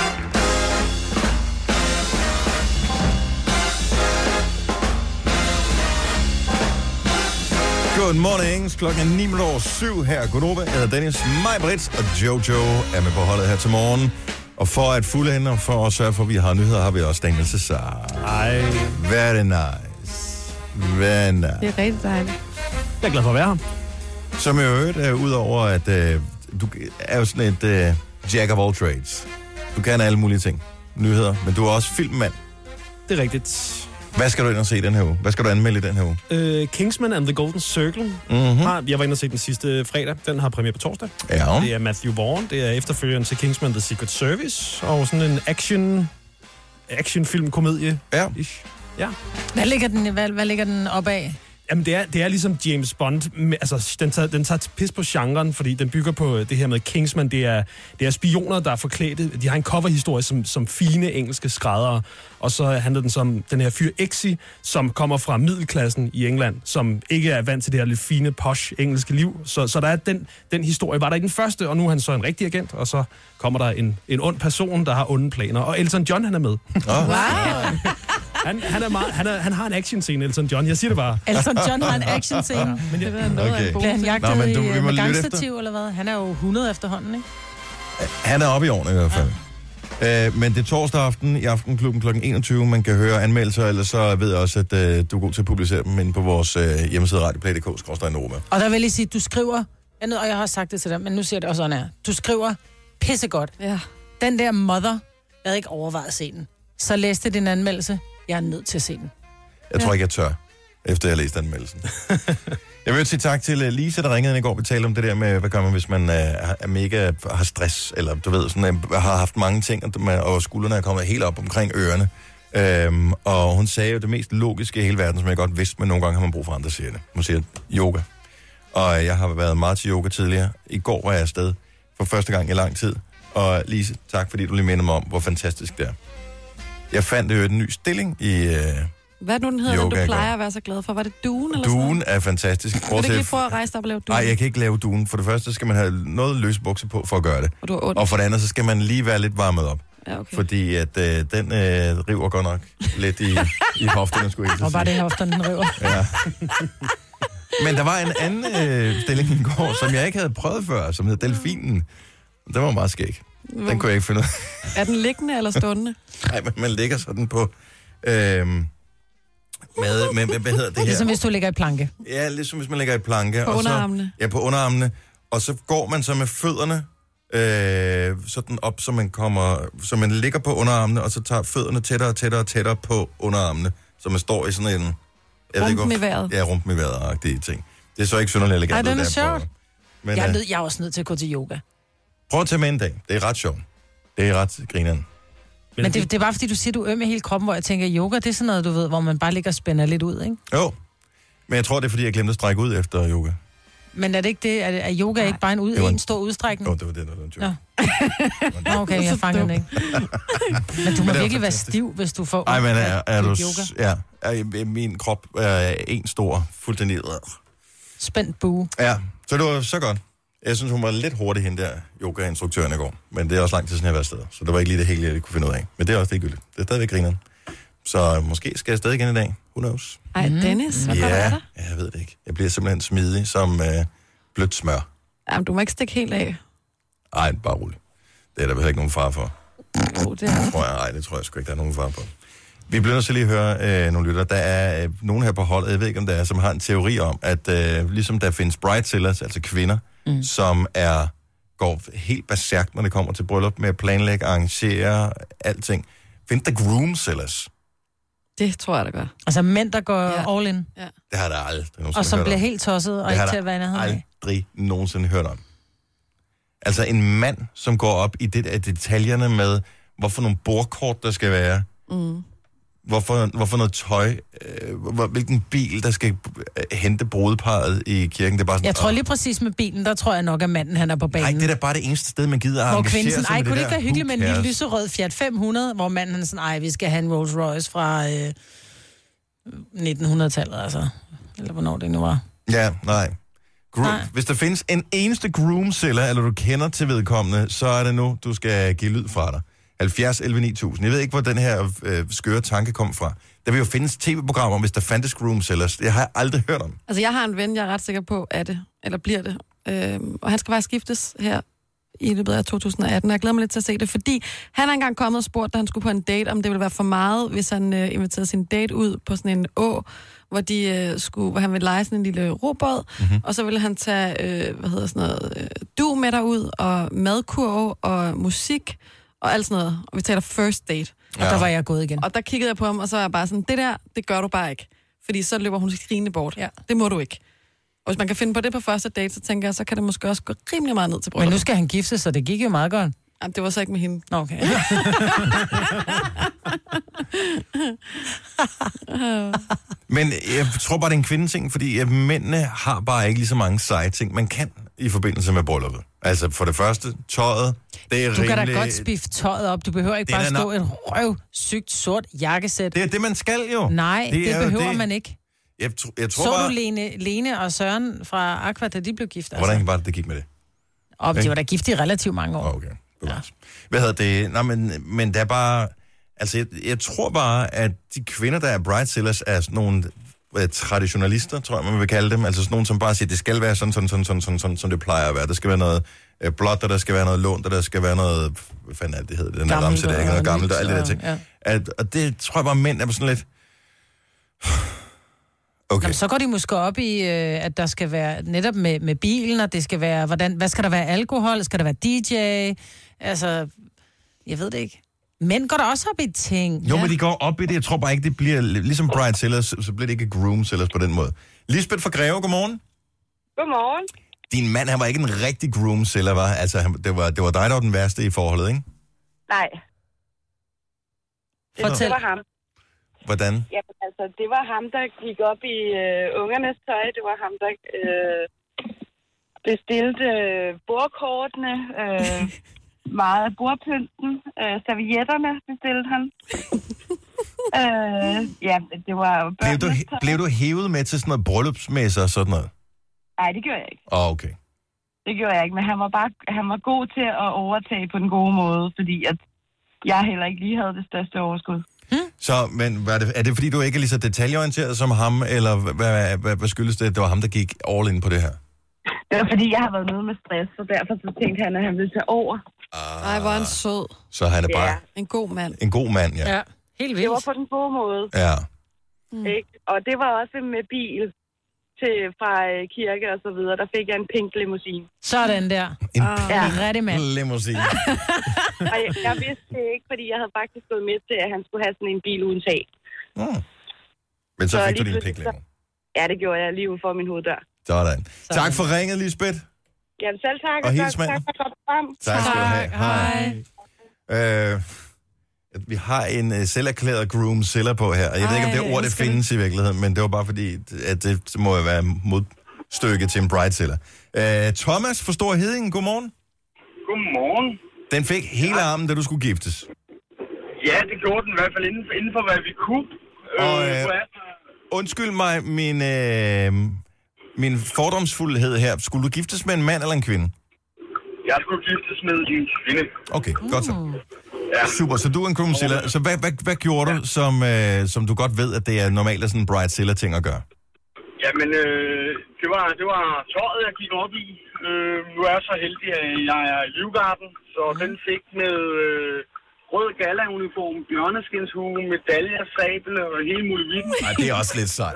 Good morning. Klokken 9:07 her. Godnova. Jeg hedder Dennis, Maj-Brits og Jojo er med på holdet her til morgen. Og for at fuldende og for at sørge for, at vi har nyheder, har vi også Daniel Cesar.
Ej.
Very nice. Very nice.
Det er rigtig dejligt.
Jeg er glad for at være her.
Som i øvrigt er udover, at du er jo sådan et jack of all trades. Du kan alle mulige ting. Nyheder, men du er også filmmand.
Det er rigtigt.
Hvad skal du ind og se den her uge? Hvad skal du anmelde i den her uge?
Kingsman and the Golden Circle. Jeg var inde og se den sidste fredag. Den har premiere på torsdag.
Ja. Det
er Matthew Vaughn. Det er efterfølgeren til Kingsman The Secret Service. Og sådan en actionfilm-komedie.
Ja.
Ja.
Hvad ligger den op af?
Jamen, det er ligesom James Bond. Altså, den tager pis på genren, fordi den bygger på det her med Kingsman. Det er spioner, der er forklædte. De har en coverhistorie som fine engelske skræddere. Og så handler den som den her fyr Exi, som kommer fra middelklassen i England, som ikke er vant til det her lidt fine, posh engelske liv. Så der er den historie. Var der i den første, og nu er han så en rigtig agent, og så kommer der en ond person, der har onde planer. Og Elton John, han er med.
Wow!
Han har en actionscene, Elton John. Jeg siger det bare.
Elton John har en actionscene.
Ja, men
det er noget af en Bliver han jagtet med gangstativ, eller hvad? Han er jo 100 efterhånden, ikke?
Han er oppe i årene i hvert fald. Ja. Men det er torsdag aften i Aftenklubben kl. 21. Man kan høre anmeldelser, eller så ved jeg også, at du er god til at publicere dem inde på vores hjemmeside radioplay.dk/Noma.
Og der vil jeg sige, du skriver, og jeg har sagt det til dig, men nu siger jeg det også sådan her. Du skriver pissegodt.
Ja.
Den der Mother, jeg havde ikke overvejet at se den. Så læste din anmeldelse. Jeg er nødt til at se den.
Jeg tror ikke, jeg tør, efter jeg læste anmeldelsen. Jeg vil sige tak til Lisa, der ringede i går. Vi talte om det der med, hvad gør man, hvis man er mega har stress, eller du ved, sådan, har haft mange ting, og skuldrene er kommet helt op omkring ørerne. Og hun sagde jo det mest logiske i hele verden, som jeg godt vidste, men nogle gange har man brug for andre, siger det. Hun siger yoga. Og jeg har været meget til yoga tidligere. I går var jeg afsted for første gang i lang tid. Og Lise, tak fordi du lige minder mig om, hvor fantastisk det er. Jeg fandt jo en ny stilling i
hvad er det nu, den hedder,
yoga,
den du plejer at være så glad for? Var det duen eller
duen
sådan?
Er fantastisk.
Vil du ikke lige prøve at rejse dig op og lave duen?
Nej, jeg kan ikke lave duen. For det første skal man have noget løse bukser på for at gøre det. Og for det andet, så skal man lige være lidt varmet op.
Ja, okay.
Fordi at den river godt nok lidt i hofterne, skulle jeg sige.
Og bare det i hofterne, den river.
Ja. Men der var en anden stilling i går, som jeg ikke havde prøvet før, som hed Delfinen. Den var meget skæg. Den kunne jeg ikke finde ud af.
Er den liggende eller stående?
Nej, men man ligger sådan på... med, hvad hedder det her?
Ligesom hvis du ligger i planke.
Ja, ligesom hvis man ligger i planke.
På underarmene.
Ja, på underarmene. Og så går man så med fødderne sådan op, så man ligger på underarmene, og så tager fødderne tættere på underarmene, så man står i sådan en...
Rumpen i vejret.
Ja, rumpen i vejret-agtige ting. Det er så ikke synderligt elegant.
Ej, den er sjovt.
Men
jeg er også nødt til at gå til yoga.
Prøv at tage med en dag. Det er ret sjovt. Det er ret grineren.
Men det er bare fordi, du siger, du er øm i hele kroppen, hvor jeg tænker, yoga, det er sådan noget, du ved, hvor man bare ligger og spænder lidt ud, ikke?
Jo. Men jeg tror, det er fordi, jeg glemte at strække ud efter yoga.
Men er det ikke det? Er yoga ikke bare en stor udstrækning?
Jo, det var det, der var en joke.
Ja. Okay, jeg fanger den ikke. Men du må virkelig være stiv, hvis du får
men er du
yoga.
Ja, min krop er en stor, fuldstændig
spændt bue.
Ja, så det var så godt. Jeg synes, hun var lidt hurtig, hende der yoga-instruktøren i går. Men det er også lang tid siden, jeg har været afsted. Så det var ikke lige det hele, jeg kunne finde ud af. Men det er også ligegyldigt. Det er stadigvæk grineren. Så måske skal jeg stadig igen i dag. Who knows?
Ej, Dennis, hvad er der?
Jeg ved det ikke. Jeg bliver simpelthen smidig som blødt smør.
Jamen, du må ikke stikke helt af.
Ej, bare roligt. Det er der vel ikke nogen far for.
Det er
det tror jeg sgu ikke, der er nogen far for. Vi bliver nødt til lige at høre nogle lytter. Der er nogen her på holdet, jeg ved ikke, om der er, som har en teori om, at ligesom der findes bridezillers, altså kvinder, som går helt berserkt, når det kommer til bryllup, med at planlægge, arrangere, alting. Findes der groomsellers?
Det tror jeg, der gør.
Altså mænd, der går all in.
Ja.
Det har der aldrig nogensinde
og som
hørt
bliver
om.
helt tosset, og ikke til at være nærheden af.
Aldrig nogensinde hørt om. Altså en mand, som går op i detaljerne med, hvorfor nogle bordkort, der skal være, hvorfor noget tøj, hvilken bil, der skal hente brudeparret i kirken. Det er bare sådan,
jeg tror lige præcis med bilen, der tror jeg nok, at manden han er på banen.
Nej, det er da bare det eneste sted, man gider at engagere sig med det der.
Kunne det ikke være hyggeligt med en lille lyserød Fiat 500, hvor manden han sådan, vi skal have en Rolls Royce fra 1900-tallet, altså. Eller hvornår det nu var.
Ja, nej. Hvis der findes en eneste groomseller, eller du kender til vedkommende, så er det nu, du skal give lyd fra dig. 70 11 9000. Jeg ved ikke, hvor den her skøre tanke kom fra. Der vil jo findes tv-programmer, hvis der fandtes groomsellers. Det har jeg aldrig hørt om.
Altså, jeg har en ven, jeg er ret sikker på, at det, eller bliver det. Og han skal faktisk skiftes her i løbet af 2018. Jeg glæder mig lidt til at se det, fordi han er engang kommet og spurgt, da han skulle på en date, om det ville være for meget, hvis han inviterede sin date ud på sådan en å, hvor han ville lege sådan en lille robåd, og så ville han tage, du med derud, og madkurv, og musik, og alt sådan noget. Og vi taler first date.
Og der var jeg gået igen.
Og der kiggede jeg på ham, og så var jeg bare sådan, det gør du bare ikke. Fordi så løber hun skrigende bort. Ja. Det må du ikke. Og hvis man kan finde på det på første date, så tænker jeg, så kan det måske også gå rimelig meget ned til bryllup.
Men nu skal han gifte, så det gik jo meget godt.
Jamen, det var så ikke med hende.
Okay.
Men jeg tror bare, det er en kvindeting, fordi mændene har bare ikke lige så mange seje ting, man kan i forbindelse med brylluppet. Altså for det første, tøjet, det er
Du kan da godt spifte tøjet op. Du behøver ikke bare stå et røvsygt sort jakkesæt.
Det er det, man skal jo.
Nej, det behøver man ikke.
Jeg tror
så
bare...
du Lene og Søren fra Aqua, da de blev gift?
Altså? Hvordan var det gik med det?
De var da gift i relativt mange år.
Okay, ja. Hvad hedder det? Nå, men der er bare... Altså, jeg tror bare, at de kvinder, der er bridezillers, er sådan nogle traditionalister, tror jeg, man vil kalde dem. Altså sådan nogle, som bare siger, det skal være sådan, som det plejer at være. Der skal være noget blåt, og der skal være noget lånt, og der skal være noget... Hvad fanden er det hedder? Den der ramse, der ikke noget gammelt, og alt det der ting. Ja. Og det tror jeg bare, mænd er sådan lidt... Okay.
Jamen, så går de måske op i, at der skal være netop med bilen, og det skal være... Hvad skal der være? Alkohol? Skal der være DJ? Altså, jeg ved det ikke. Mænd går der også op i ting.
Jo, men de går op i det. Jeg tror bare ikke, det bliver... Ligesom bridezillers, så bliver det ikke groomsellers på den måde. Lisbeth fra Greve, godmorgen.
Godmorgen.
Din mand, han var ikke en rigtig groomseller, var? Altså, det var dig, der var den værste i forholdet, ikke?
Nej. Det var ham.
Hvordan?
Ja, altså, det var ham, der gik op i ungernes tøj. Det var ham, der bestilte bordkortene, meget af bordpynten, servietterne bestilte han. Ja, det var jo
Blev du hævet med til sådan noget bryllupsmesse og sådan noget?
Nej, det gjorde jeg ikke.
Okay.
Det gjorde jeg ikke, men han var god til at overtage på den gode måde, fordi at jeg heller ikke lige havde det største overskud.
Så, men er det fordi, du ikke er lige så detaljeorienteret som ham, eller hvad skyldes det, at det var ham, der gik all in på det her?
Det var fordi, jeg har været nede med stress, så derfor så tænkte han, at han ville tage over.
Ej, hvor en sød.
Så han er bare...
En god mand.
En god mand, ja.
Ja, helt vildt.
Det var på den gode måde.
Ja.
Ikke? Og det var også med bil fra kirke og så videre. Der fik jeg en pink limousine.
Sådan der.
En
rigtig mand.
Limousine.
Og jeg vidste det ikke, fordi jeg havde faktisk gået med til, at han skulle have sådan en bil uden tag.
Men så fik du din pink limo.
Ja, det gjorde jeg lige ude for min hoveddør.
Sådan. Tak for ringet, Lisbeth.
Jamen selv tak.
Og hils mand.
Tak for godt frem.
Tak skal du have. Hej. Vi har en selverklæret groomseller på her, og jeg ved ikke, om det ord, det findes i virkeligheden, men det var bare fordi, at det må jo være modstykke til en brideziller. Thomas fra Stor Hedingen, godmorgen.
Godmorgen.
Den fik hele armen, da du skulle giftes.
Ja, det gjorde den i hvert fald inden for, hvad vi kunne.
Undskyld mig, min fordomsfuldhed her. Skulle du giftes med en mand eller en kvinde?
Jeg skulle giftes med en kvinde.
Okay, godt så. Ja. Super, så du er en groomseller. Så hvad gjorde du, som du godt ved, at det er normalt sådan en bridezilla-ting at gøre?
Jamen, det var tøjet, jeg gik op i. Nu er jeg så heldig, at jeg er i Livgarden, så den fik med rød gala-uniform, bjørneskinshue, medaljer, sabel og hele muligheden.
Nej, det er også lidt sejt.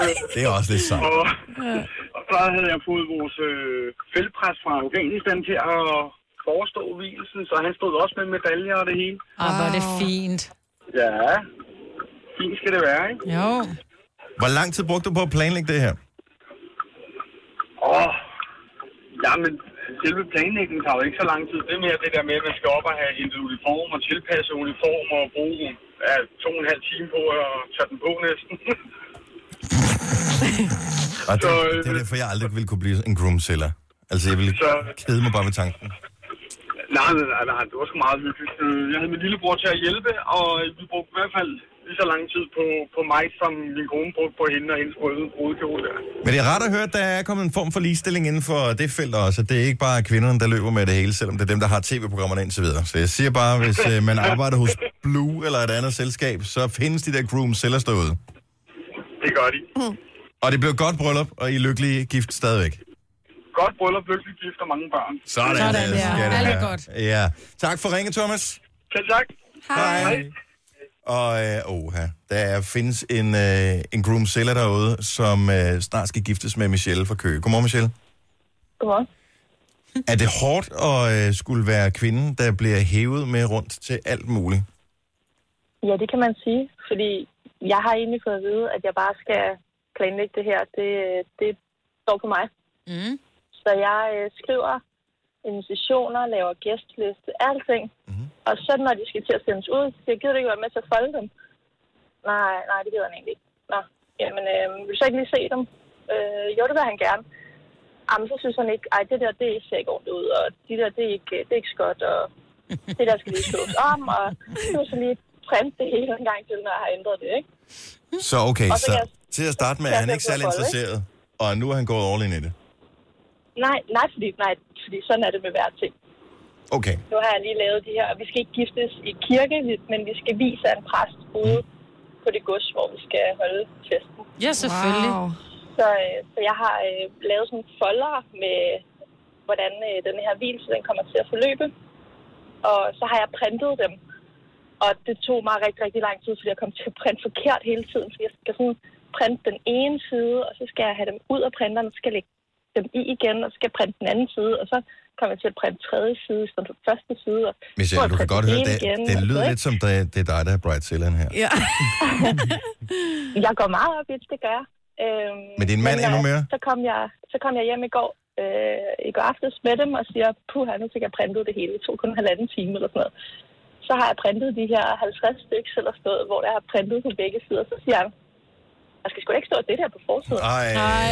Og så havde jeg fået vores feltpræst fra Afghanistan til at forestå vielsen, så han stod også med medaljer og det hele.
Hvor er det fint.
Ja, fint skal det være, ikke?
Jo.
Hvor lang tid brugte du på at planlægge det her?
Jamen, selve planlægningen tager jo ikke så lang tid. Det er mere det der med, at man skal op og have hentet uniform og tilpasse uniform og bruge 2,5 timer på at tage den på næsten.
Og det er derfor, jeg aldrig ville kunne blive en groomseller. Altså, jeg ville kede mig bare ved tanken.
Nej, det var sgu meget hyggeligt. Jeg havde min lillebror til at hjælpe, og vi brugte i hvert fald lige så lang tid på mig, som min kone brugte på hende og hendes brudekjole der.
Men det er rart at høre, at der er kommet en form for ligestilling inden for det felt også. Det er ikke bare kvinderne, der løber med det hele, selvom det er dem, der har tv-programmerne indtil videre. Så jeg siger bare, hvis man arbejder hos Blue eller et andet selskab, så findes de der groomsellers derude.
Det gør de.
Og det blev godt bryllup, og I er lykkelige gift stadigvæk.
Godt bryllup, lykkelig gift og mange børn.
Sådan
ja. Alt er godt.
Ja. Tak for ringe, Thomas.
Selv tak.
Hej. Og der findes en groomseller derude, som snart skal giftes med Michelle fra Køge. Godmorgen, Michelle.
Godmorgen.
Er det hårdt at skulle være kvinden, der bliver hævet med rundt til alt muligt?
Ja, det kan man sige, fordi jeg har egentlig fået at vide, at jeg bare skal planlægge det her. Det står på mig. Så jeg skriver invitationer, laver gæstliste, alting. Og så når de skal til at sendes ud, så gider du ikke være med til at folde dem? Nej, det gider han egentlig ikke. Nå, jamen, vil du så ikke lige se dem? Jo, det vil han gerne. Jamen, så synes han ikke, det der, det ser ikke ordentligt ud, og de der, det er ikke skot, og det der skal lige slås om, og så så lige printe det hele en gang til, når jeg har ændret det, ikke?
Så okay, så til at starte med er han ikke særlig interesseret, og nu er han gået all in i det?
Nej, fordi sådan er det med hver ting.
Okay.
Nu har jeg lige lavet de her, vi skal ikke giftes i kirke, men vi skal vise en præst ude på det gods, hvor vi skal holde festen.
Ja, selvfølgelig. Wow.
Så jeg har lavet sådan folder med, hvordan den her vielse, den kommer til at forløbe. Og så har jeg printet dem. Og det tog mig rigtig, rigtig lang tid, fordi jeg kom til at printe forkert hele tiden. Så jeg skal sådan printe den ene side, og så skal jeg have dem ud af printeren, og så skal jeg lægge dem i igen, og så skal jeg printe den anden side, og så kommer jeg til at printe tredje side, i stedet for første side.
Michelle, du kan godt høre, det lyder lidt som, det er dig, der er Bridezilla her.
Ja. Jeg går meget op i det, gør jeg.
Men din mand endnu mere?
Så kom jeg hjem i går aftes med dem og siger, nu fik jeg printet det hele. Det tog kun 1,5 time eller sådan noget. Så har jeg printet de her 50 stykker eller sådan noget, hvor jeg har printet på begge sider. Så siger han, der skal sgu da ikke stå det der på forsiden.
Nej.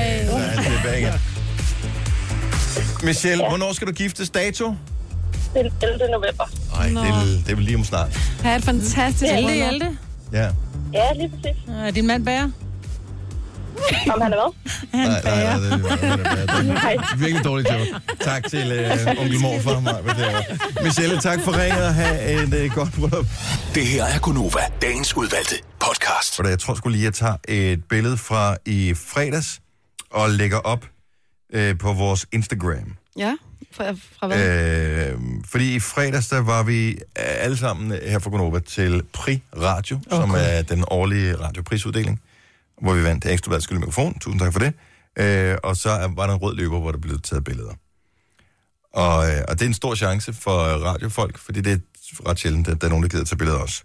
Michelle, hvornår skal du giftes? Dato?
Den 11. november.
Nej, det er vel lige om snart.
Ha' et fantastisk
Hjalte.
Ja.
Ja, lige præcis.
Er din mand bager?
Om han er hvad?
Han bager.
Nej, det er virkelig dårligt joke. Tak til onkel morfar. Michelle, tak for ringet og have et godt bryllup.
Det her er Gonova, dagens udvalgte podcast.
Jeg tror sgu lige, at jeg tager et billede fra i fredags og lægger op på vores Instagram.
Ja, fra hvad?
Fordi i fredags, der var vi alle sammen her fra Gonova til Pri Radio, som er den årlige radioprisuddeling, hvor vi vandt Ekstrabladets Gyldne Mikrofon. Tusind tak for det. Og så var der en rød løber, hvor der blev taget billeder. Og det er en stor chance for radiofolk, fordi det er ret sjældent, at der er nogen, der gider tage billeder også.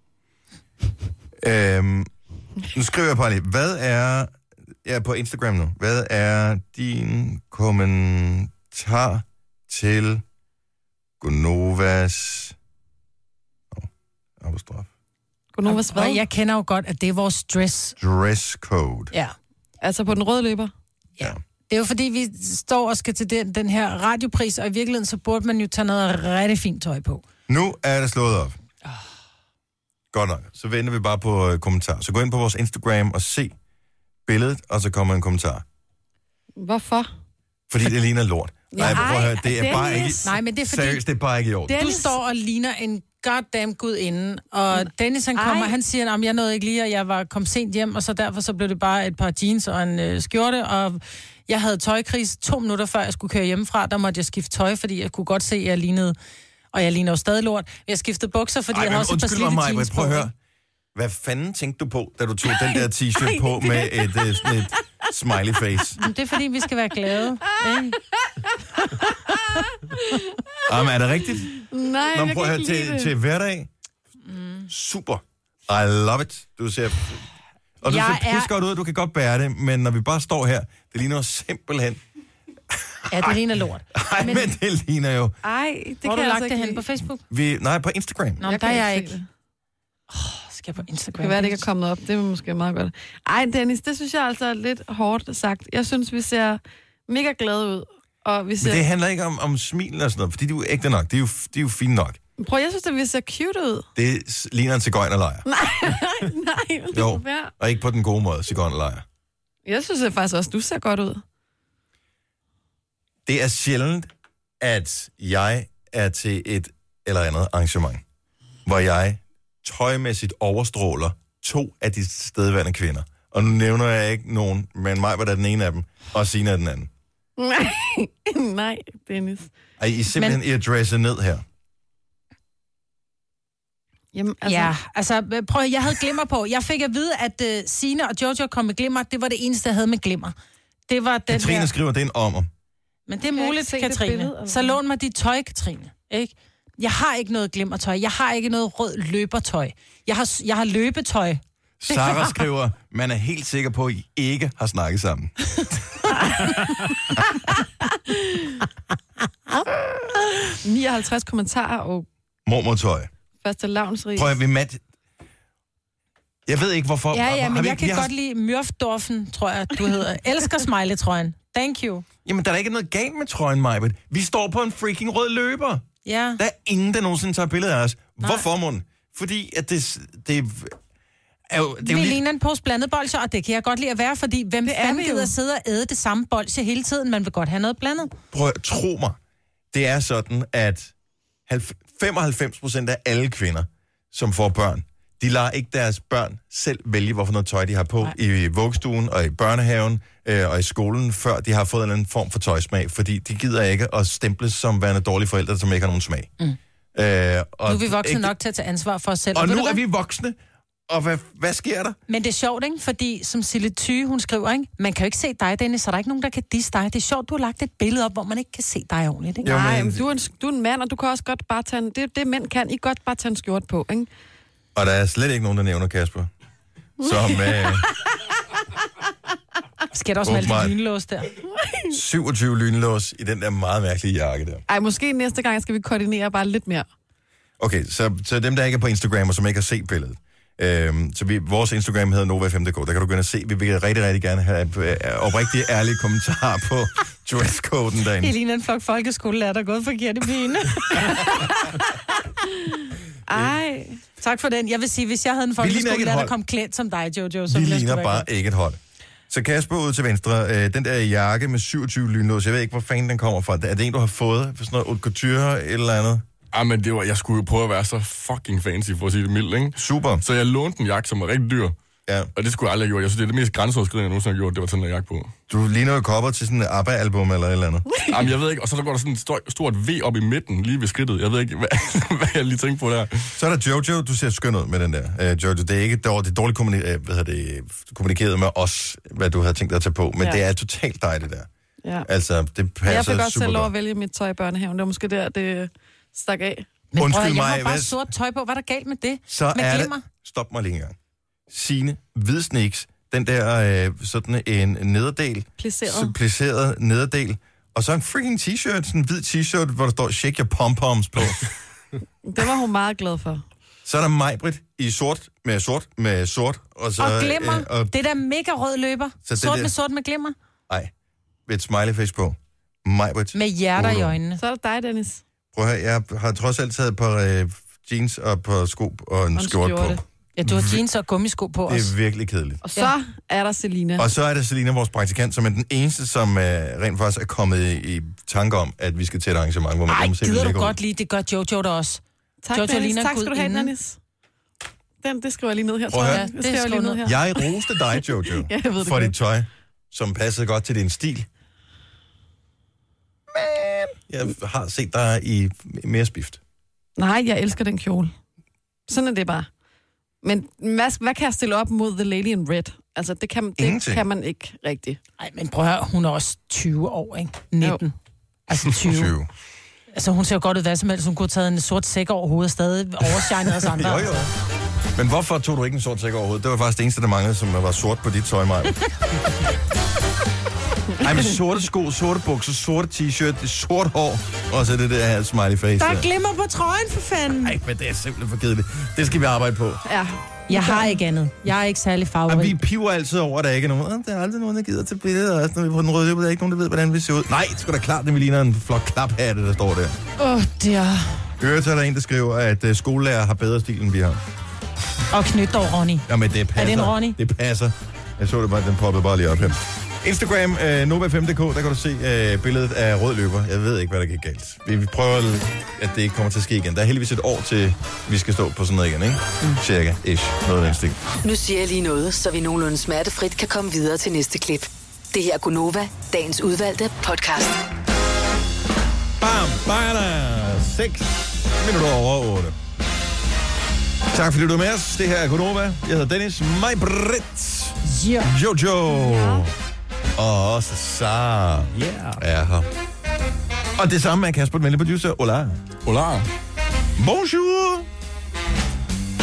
Nu skriver jeg bare lige, hvad er... Jeg er på Instagram nu. Hvad er din kommentar til Gonovas... Arbejdsstraf.
Gonovas hvad?
Jeg kender jo godt, at det er vores
dresscode.
Ja.
Altså på den røde løber?
Ja. Det er jo fordi, vi står og skal til den her radiopris, og i virkeligheden så burde man jo tage noget rigtig fint tøj på.
Nu er det slået op. Godt nok. Så venter vi bare på kommentar. Så gå ind på vores Instagram og se billedet, og så kommer en kommentar.
Hvorfor?
Fordi det ligner lort. Nej, prøv at høre, det er bare ikke...
Nej, men det er fordi...
Seriøst, det er bare ikke i orden.
Du står og ligner en goddamn gudinde, og Dennis han kommer, han siger, at jeg nåede ikke lige, og jeg kom sent hjem, og så derfor så blev det bare et par jeans og en skjorte, og jeg havde tøjkris 2 minutter før jeg skulle køre hjemmefra, der måtte jeg skifte tøj, fordi jeg kunne godt se, at jeg lignede, og jeg ligner jo stadig lort. Jeg skiftede bukser, fordi jeg havde også et par slidte jeans på.
Prøv at høre. Hvad fanden tænkte du på, da du tog den der t-shirt på med et smiley face?
Det er fordi, vi skal være glade.
Jamen, er det rigtigt?
Nej,
jeg kan ikke lide det. Til hverdag? Super. I love it. Du ser... Og du ser pisse godt ud, du kan godt bære det, men når vi bare står her, det ligner simpelthen...
Ja, det ligner lort.
Nej, men det ligner jo...
Ej, det
hvor
kan
du
jeg
lagt det hen på Facebook?
Nej, på Instagram.
Nå, der er jeg ikke. Skal jeg på Instagram?
Det kan være, det ikke er kommet op. Det er måske meget godt. Ej, Dennis, det synes jeg altså er lidt hårdt sagt. Jeg synes, vi ser mega glade ud. Og vi ser...
Men det handler ikke om smilen og sådan noget, fordi de er jo ægte nok. De er jo fine nok.
Prøv, jeg synes, at vi ser cute ud.
Det ligner en cigøjnerlejr.
Nej.
Jo, og ikke på den gode måde, cigøjnerlejr.
Jeg synes at faktisk også, du ser godt ud.
Det er sjældent, at jeg er til et eller andet arrangement, hvor jeg tøjmæssigt overstråler 2 af de stedværende kvinder. Og nu nævner jeg ikke nogen, men mig var der den ene af dem, og Sina er den anden.
Nej, Dennis.
Ej, I simpelthen I er dresset ned her.
Jamen, altså...
Ja, altså prøv, jeg havde glimmer på. Jeg fik at vide, at Signe og Jojo kom med glimmer. Det var det eneste, jeg havde med glimmer. Det var den
Katrine skriver, det er en ommer.
Men det er muligt, Katrine. Så lån mig dit tøj, Katrine. Ikke? Jeg har ikke noget glimmertøj. Jeg har ikke noget rød løbertøj. Jeg har løbetøj.
Sarah skriver, man er helt sikker på, at I ikke har snakket sammen.
59 kommentarer og...
mormortøj.
Fastelavnsris.
Prøv at vi mat. Jeg ved ikke, hvorfor.
Ja, men jeg kan godt lide Mjørfdorfen, tror jeg, du hedder. Elsker smiley-trøjen. Thank you.
Jamen, der er ikke noget galt med trøjen, Majbet. Vi står på en freaking rød løber.
Ja.
Der er ingen, der nogensinde tager billeder af os. Nej. Hvorfor, mon? Fordi at det er jo...
Vi ligner en pose blandet bolsjer, og det kan jeg godt lide at være, fordi hvem fanden gider sidde og æde det samme bolsje hele tiden? Man vil godt have noget blandet.
Prøv at tro mig. Det er sådan, at 95% af alle kvinder, som får børn, de lader ikke deres børn selv vælge, hvorfor noget tøj de har på i vuggestuen og i børnehaven og i skolen, før de har fået en eller anden form for tøjsmag, fordi de gider ikke at stemples som værende dårlige forældre, som ikke har nogen smag.
Og nu er vi voksne nok til at tage ansvar for os selv.
Og nu er vi voksne, og hvad sker der?
Men det er sjovt, ikke? Fordi som Sille Thy, hun skriver, ikke? Man kan jo ikke se dig, Dennis, så der er ikke nogen, der kan disse dig. Det er sjovt, du har lagt et billede op, hvor man ikke kan se dig ordentligt, ikke?
Jo, nej, men du er en mand, og du kan også godt bare tage det mænd kan. I godt bare tage en skjort på, ikke?
Og der er slet ikke nogen, der nævner Kasper. Som
skal der også med lynlås der?
27 lynlås i den der meget mærkelige jakke der.
Ej, måske næste gang skal vi koordinere bare lidt mere.
Okay, så dem, der ikke er på Instagram, og som ikke har set billedet. Så vores Instagram hedder Nova5.dk. Der kan du gå ind og se. Vi vil rigtig, rigtig gerne have oprigtige, ærlige kommentarer på dresscoden derinde.
Det ligner en flok folkeskolelærer, der er gået forkert i byen. Ej, tak for den. Jeg vil sige, hvis jeg havde en folkeskolelærer, der kom klædt som dig, Jojo, så
vi ligner bare ikke et hold. Så Kasper ud til venstre. Den der jakke med 27 lynlås, jeg ved ikke, hvor fanden den kommer fra. Er det en, du har fået for sådan noget haute couture eller andet?
Ah, men jeg skulle jo prøve at være så fucking fancy, for at sige det mildt, ikke?
Super.
Så jeg lånte en jakke, som var rigtig dyr.
Ja.
Og det skulle jeg aldrig have gjort. Jeg synes, det er det mest grænseoverskridende, jeg nogensinde har gjort, det var sådan en jakke på.
Du ligner jo cover til sådan et ABBA-album eller et eller andet.
Jamen, jeg ved ikke. Og så der går der sådan et stort V op i midten, lige ved skridtet. Jeg ved ikke, hvad jeg lige tænkte på der.
Så er der Jojo. Du ser skøn ud med den der. Jojo, det er ikke dårligt kommunikeret med os, hvad du havde tænkt dig at tage på. Men det er totalt dig, det der.
Ja.
Altså, det passer
jeg fik også
super
selv lov
godt.
at vælge mit tøj i børnehaven. Det var måske der, det stak af.
Men undskyld mig, jeg har bare sort tøj på. Hvad er der galt med det?
Så
med
er
glimmer?
Stop mig lige en gang. Signe Hvidsnæks, den der sådan en nederdel. Placeret nederdel. Og så en freaking t-shirt, sådan en hvid t-shirt, hvor der står Shake Your Pom-Poms på.
Det var hun meget glad for.
Så er der Majbrit i sort med sort. Og
glimmer. Det der mega rød løber. Sort med glimmer.
Nej, med et smileyface på. Majbrit.
Med hjerter i øjnene.
Så er det dig, Dennis.
Prøv at høre, jeg har trods alt taget et par jeans og et par sko og en skjorte på.
Ja, du har jeans og gummisko på os.
Det er virkelig kedeligt.
Og så er der Selina.
Og så er det Selina, vores praktikant, som er den eneste, som rent faktisk er kommet i tanke om, at vi skal til et arrangement, hvor man kan se,
gider du godt lige, det gør Jojo der også.
Tak, Jojo, Dennis. Tak skal du have, Dennis. Det skriver jeg lige ned her, tror jeg. Det skriver jeg lige ned her.
Jeg roste dig, Jojo, for dit tøj, som passede godt til din stil. Men jeg har set dig i mere spift.
Nej, jeg elsker den kjole. Sådan er det bare. Men hvad kan jeg stille op mod The Lady in Red? Altså, det kan man ikke rigtigt.
Nej, men prøv at høre, hun er også 20 år, ikke? 19. Jo. Altså 20. Altså, hun ser jo godt ud, hvad som helst. Hun kunne have taget en sort sæk over hovedet, stadig overshinede os andre.
jo. Men hvorfor tog du ikke en sort sæk over hovedet? Det var faktisk det eneste, der manglede, som var sort på dit tøj, Maja. Ej, med sorte sko, sorte bukser, sorte t-shirt, sort hår, og så det der her smiley face.
Der er glimmer på trøjen, for fanden.
Nej, men det er simpelthen for kedeligt. Det skal vi arbejde på.
Ja.
Jeg har ikke andet. Jeg er ikke særlig farverig.
Vi piver altid over, at der ikke er nogen. Der er aldrig nogen, der gider til billeder. Også når vi er på den røde løb, der er ikke nogen, der ved, hvordan vi ser ud. Nej, det skulle da klart, at vi ligner en flok klaphatte, der står der.
Det er...
Hører, så er der en, der skriver, at skolelærer har bedre stil, end vi har.
Og Knytdår Ronny.
Jamen, det passer.
Er det en Ronny?
Det passer. Jeg så det bare, den poppede bare lige op her. Instagram, Nova5.dk, der kan du se billedet af rød løber. Jeg ved ikke, hvad der gik galt. Vi prøver, at det ikke kommer til at ske igen. Der er heldigvis et år til, vi skal stå på sådan noget igen, ikke? Cirka, ish, noget af den stik.
Nu siger jeg lige noget, så vi nogenlunde smertefrit kan komme videre til næste klip. Det her er Gunova, dagens udvalgte podcast.
Bam, bam, 6 minutter over 8. Tak fordi du er med os. Det her er Gunova. Jeg hedder Dennis. Majbrit. Jojo. Og også Sara. Er her. Og det samme er Kasper, den venlige producer. Hola.
Hola.
Bonjour.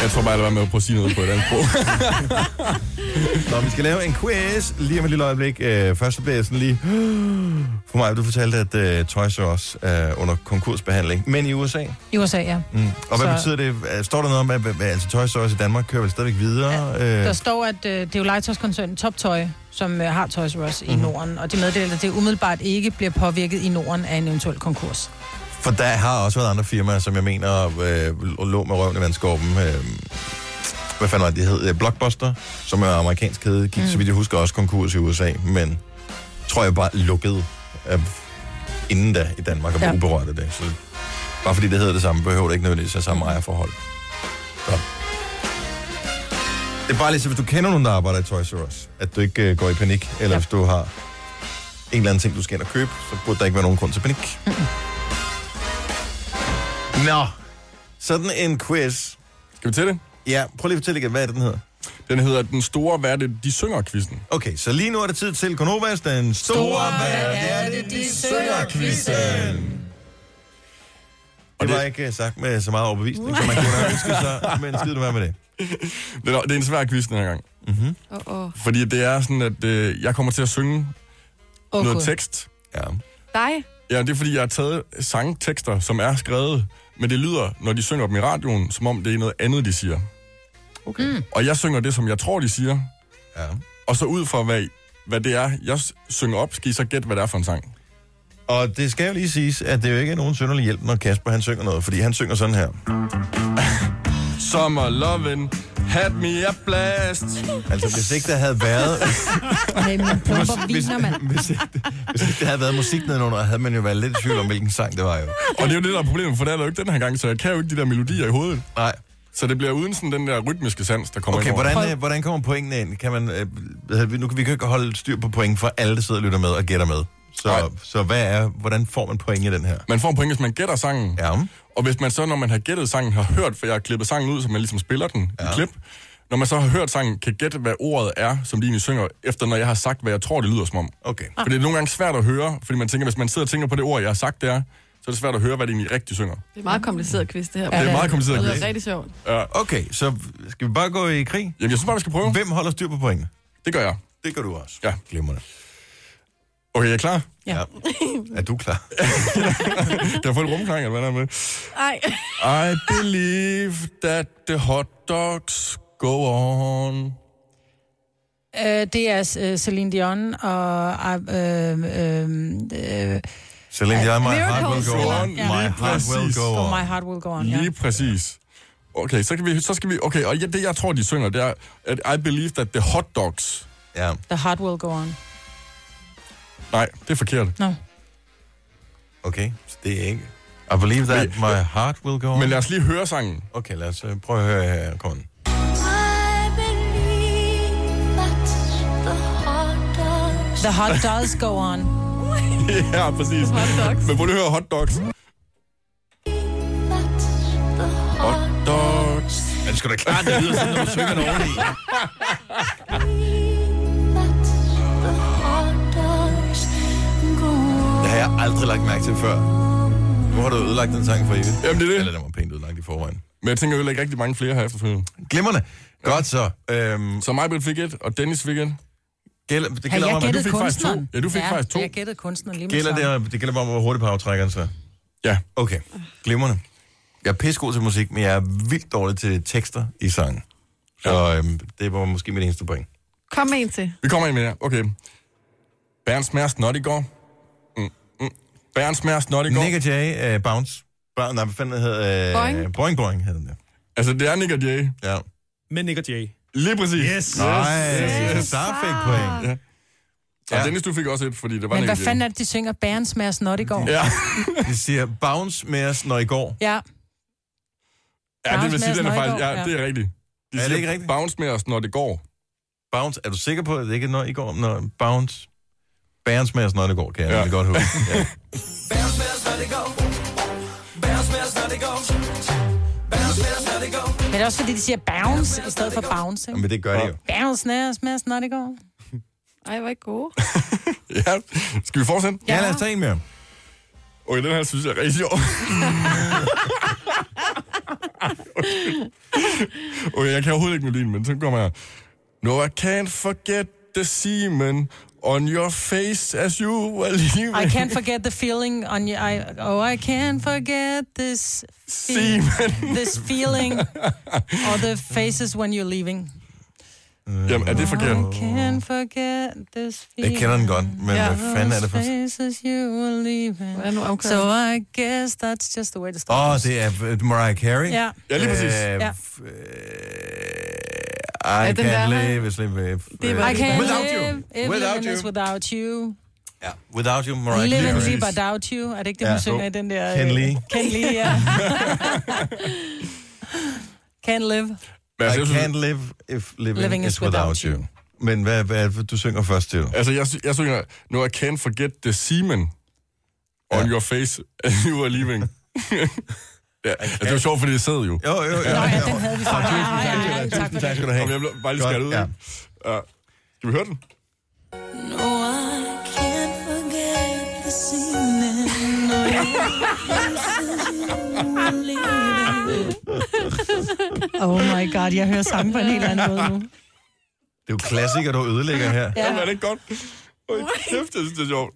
Jeg tror bare, jeg var med at prøve at sige noget på et andet sprog.
Nå, vi skal lave en quiz lige om et lille øjeblik. Først så bliver jeg sådan lige... For mig, du fortalte, at Toys R Us er under konkursbehandling. Men i USA?
I USA, ja.
Og hvad betyder det? Står der noget om, at altså, Toys R Us i Danmark kører vel stadigvæk videre?
Ja, der står, at det er jo legetøjskoncernen Top Toy, som har Toys R Us i Norden. Og de meddeler, at det umiddelbart ikke bliver påvirket i Norden af en eventuel konkurs.
For der har også været andre firmaer, som jeg mener lå med røven i vandskorben. Hvad fanden var det hed? Blockbuster, som er amerikansk kæde, gik, så vidt jeg husker, også konkurs i USA, men tror jeg bare lukkede inden da i Danmark og var uberørt af det. Så bare fordi det hedder det samme, behøver det ikke nødvendigvis have samme ejerforhold. Så. Det er bare lige så, hvis du kender nogen, der arbejder i Toys R Us, at du ikke går i panik, eller hvis du har en eller anden ting, du skal ind og købe, så burde der ikke være nogen grund til panik. Nå, sådan en quiz.
Skal vi til det?
Ja, prøv lige at fortælle igen, hvad er det, den hedder?
Den hedder Den Store Hvad er det, de synger-quizzen.
Okay, så lige nu er det tid til Gonovas, Den Store Hvad er det, de synger-quizzen. Det var ikke sagt med så meget overbevisning, som man kunne have ønsket sig, men skide du være med det.
Det er en svær quiz den her gang. Fordi det er sådan, at jeg kommer til at synge noget tekst.
Ja.
Dig?
Ja, det er fordi, jeg har taget sangtekster, som er skrevet, men det lyder, når de synger dem i radioen, som om det er noget andet, de siger.
Okay.
Og jeg synger det, som jeg tror, de siger.
Ja.
Og så ud fra, hvad det er, jeg synger op, skal I så gætte, hvad det er for en sang.
Og det skal jo lige siges, at det jo ikke er nogen synderlig hjælp, når Kasper han synger noget, fordi han synger sådan her.
Summer lovin', had me a blast.
Altså, hvis ikke der havde været... Hvis ikke der havde været musik nedenunder, havde man jo været lidt i tvivl om, hvilken sang det var jo.
Og det er jo det, der er problemet, for det er der jo ikke den her gang, så jeg kan jo ikke de der melodier i hovedet.
Nej.
Så det bliver uden sådan den der rytmiske sans, der kommer ind over.
Okay, hvordan kommer pointene ind? Kan man, nu kan vi ikke holde styr på point for alle, der sidder og lytter med og gætter med. Så hvordan får man point i den her?
Man får en point, hvis man gætter sangen.
Ja.
Og hvis man så, når man har gættet sangen, har hørt, for jeg har klippet sangen ud, så man ligesom spiller den i klip. Når man så har hørt sangen, kan gætte, hvad ordet er, som de egentlig synger, efter når jeg har sagt, hvad jeg tror, det lyder som om.
Okay.
For det er nogle gange svært at høre, fordi man tænker, hvis man sidder og tænker på det ord, jeg har sagt, det er, så er det svært at høre, hvad det egentlig rigtig synger.
Det er meget kompliceret quiz, det her.
Ja, det er meget kompliceret quiz.
Det er rigtig sjovt.
Ja. Okay, så skal vi bare gå i krig?
Jamen, jeg synes bare, vi skal prøve.
Hvem holder styr på pointene?
Det gør jeg.
Det gør du også.
Ja.
Glemmer det.
Okay, jeg er klar?
Ja.
Er du klar?
Kan jeg få et rumklang, eller hvad der er med?
Ej.
I believe that the hot dogs go on.
Det er Celine Dion og...
Celine Dion, My Heart Will Go On.
My
Heart Will Go On.
My Heart Will Go On,
Lige præcis. Okay, så skal vi... Okay, og det, jeg tror, de synger, det er, at I believe that the hot dogs...
Ja.
The Heart Will Go On.
Nej, det er forkert.
No.
Okay, så det er ikke... I believe that my heart will go on.
Men lad os lige høre sangen.
Okay, lad os prøve at høre her. Kom on.
The hot dogs go on.
Ja, præcis. Men prøv lige at høre hot dogs. Hot dogs.
Men det skal da klart, det lyder sådan, når du synger den oveni. Det har jeg aldrig lagt mærke til før. Hvor har du ødelagt den sang for evigt?
Jamen, det er det.
Eller den var pænt ødelagt i forvejen.
Men jeg tænker jo ikke rigtig mange flere her efterfølgende.
Glimrende. Godt så.
Så Majbrit fik et, og Dennis fik et.
Det gælder om,
at du fik faktisk 2.
Ja, du fik faktisk 2.
Jeg gættede kunstneren lige med
det gælder om, hvor hurtigt på aftrækkeren så.
Ja.
Okay, glimrende. Jeg er pissegod til musik, men jeg er vildt dårlig til tekster i sangen. Så det var måske mit eneste point.
Kom med en til.
Vi kommer ind med jer. Okay. Bæren smager snot i går. Bæren smager snot i går.
Nick og Jay, Bounce. Nej, hvad fanden hedder
Boing.
Boing hed den der.
Altså, det er Nick og Jay.
Ja.
Med Nick og Jay.
Lige præcis.
Yes.
Nej, så fik point.
Ja. Og Dennis, du fik også et, fordi det var
Men
Nick
hvad
og Jay.
fanden er det, de synger? Bæren smager snot i går.
Ja.
De siger bounce med os, når I går.
Ja.
Ja, det vil sige, den er faktisk... Ja, det er rigtigt. De
er det ikke rigtigt?
Bounce med os, når det går.
Bounce, er du sikker på, at det ikke er når I går? Når bounce... Bounce med os, når det går, kan jeg godt huske. Ja. Bounce med os, når det går.
Bounce med os, når det går. Bounce med os, når det går. Men det er også fordi, de siger bounce i stedet for bounce, ikke?
Men det gør de jo.
Bounce med os, når det går.
Ej, hvor ikke gode.
Ja, skal vi fortsætte?
Ja, lad os tage en mere.
Okay, den her synes jeg er rigtig sjov. Okay, jeg kan overhovedet ikke melodien, men så kommer jeg. No, I can't forget the semen on your face as you were leaving.
I can't forget the feeling on your... I can't forget this... this feeling or the faces when you're leaving.
Jamen, er det forkert?
I can't forget this feeling.
Jeg kender den godt, men hvad fanden er det for?
Faces you were leaving. So I guess that's just the way to start.
Det er Mariah Carey.
Ja.
Ja, lige præcis.
I can't live if
I can't live if living is without you.
Ja, without you, Mariah
Live
Carey.
and leave without you. Er det ikke det, hun synger i den der...
Ken Lee.
Ken Lee, ja. Can't live.
I can't live if living is without you. Men hvad er det, du synger først til?
Altså, jeg synger, no, I can't forget the semen on your face as you were leaving. Ja, altså, det var sjovt, fordi det sad jo.
Jo.
Nå ja, den havde vi faktisk.
Tak skal du have.
Jeg blev bare lige skæret ud. Ja. Skal vi høre den?
No, I can't forget the semen on your
Oh my god, jeg hører sang på en helt anden måde nu.
Det er jo klassiker, du ødelægger her.
Ja. Er det ikke godt? Oj, kæft, jeg synes, det er sjovt.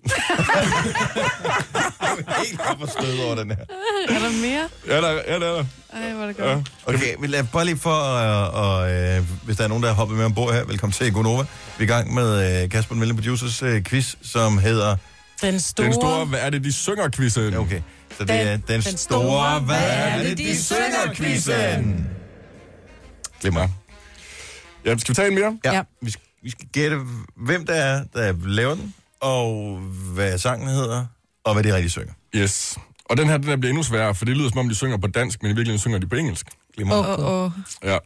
Jeg er helt op og stød over den her.
Er der mere?
Ja, det er der.
Ej, hvor er det godt.
Okay, vi lader bare lige for, hvis der er nogen, der har hoppet med ombord her, velkommen til Gonova. Vi er i gang med Kasper Mølle Producers quiz, som hedder...
Den store...
Hvad er det, de synger quizzen?
Okay, så det er den store... Hvad er det, de synger quizzen? Glimmer.
Ja, skal vi tage en mere?
Ja. Vi skal gætte, hvem der laver den, og hvad sangen hedder, og hvad de rigtig synger.
Yes. Og den her bliver endnu sværere, for det lyder som om, de synger på dansk, men i virkeligheden synger de på engelsk.
Glimmer.
Ja.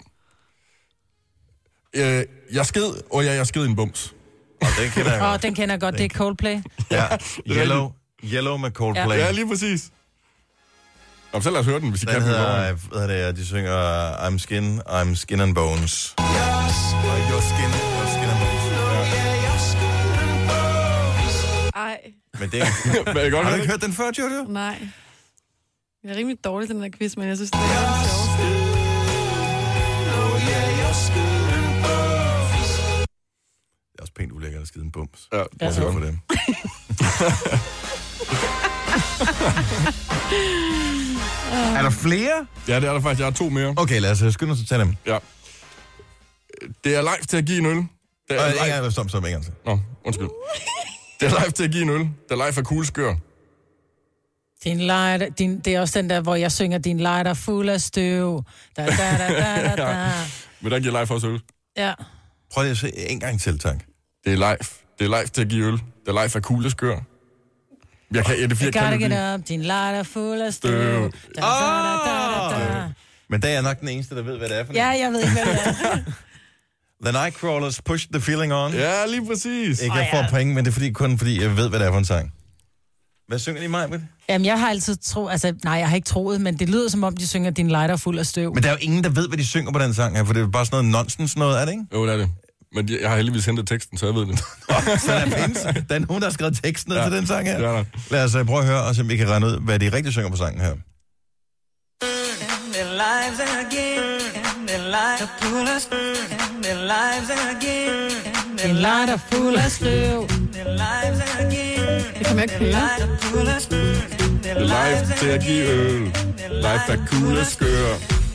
Jeg sked i en bums.
Og den kender jeg godt.
Den kender jeg godt, det er Coldplay.
Ja, Yellow med Coldplay.
Ja, lige præcis. Og så lad os høre den, hvis I
den
kan.
Den hedder, de synger I'm skin and bones. Your skin and bones.
Ej.
Men det er... Har du ikke hørt den før, Jojo?
Nej. Jeg er rimelig dårlig, den der quiz, men jeg synes, det er sjovt.
Det er også pænt ulækkert at skide en bums.
Ja, det er
godt for dem. Er der flere?
Ja, det er der faktisk. Jeg har 2 mere.
Okay, lad os skynde os at tage dem.
Ja. Det er live til at give en øl.
Stop en gang til.
Nå, undskyld. Det er live til at give en øl. Det er live for kugleskør.
Det er også den der, hvor jeg synger, din lighter fuld af støv. Da.
Men der giver live for os øl.
Ja.
Prøv lige at se en gang til, tak.
Det er live. Det er live til at give øl. Det er live for kugleskør. Jeg kan
get up, din lighter fuld af støv.
Men der er jeg nok den eneste, der ved, hvad det er for
noget. Ja, jeg ved ikke, hvad det er.
The Nightcrawlers, Push the Feeling On.
Ja, lige præcis.
Ikke jeg får point, men det er kun fordi, jeg ved, hvad det er for en sang. Hvad synger de mig med?
Jamen, jeg har altid troet... Altså, nej, jeg har ikke troet, men det lyder som om, de synger din lighter fuld af støv.
Men der er jo ingen, der ved, hvad de synger på den sang her, for det er bare sådan noget nonsens noget, er det ikke?
Jo, det er det. Men jeg har heldigvis hentet teksten, så jeg ved det.
Så der findes. Der er nogen, der har skrevet teksten ned til den sang her.
Ja,
lad os prøve at høre, og se om vi kan regne ud, hvad de rigtig synger på sangen her.
En lighter fuld af støv.
Det kan man ikke høre.
Live til at give øl. Live for kugleskør.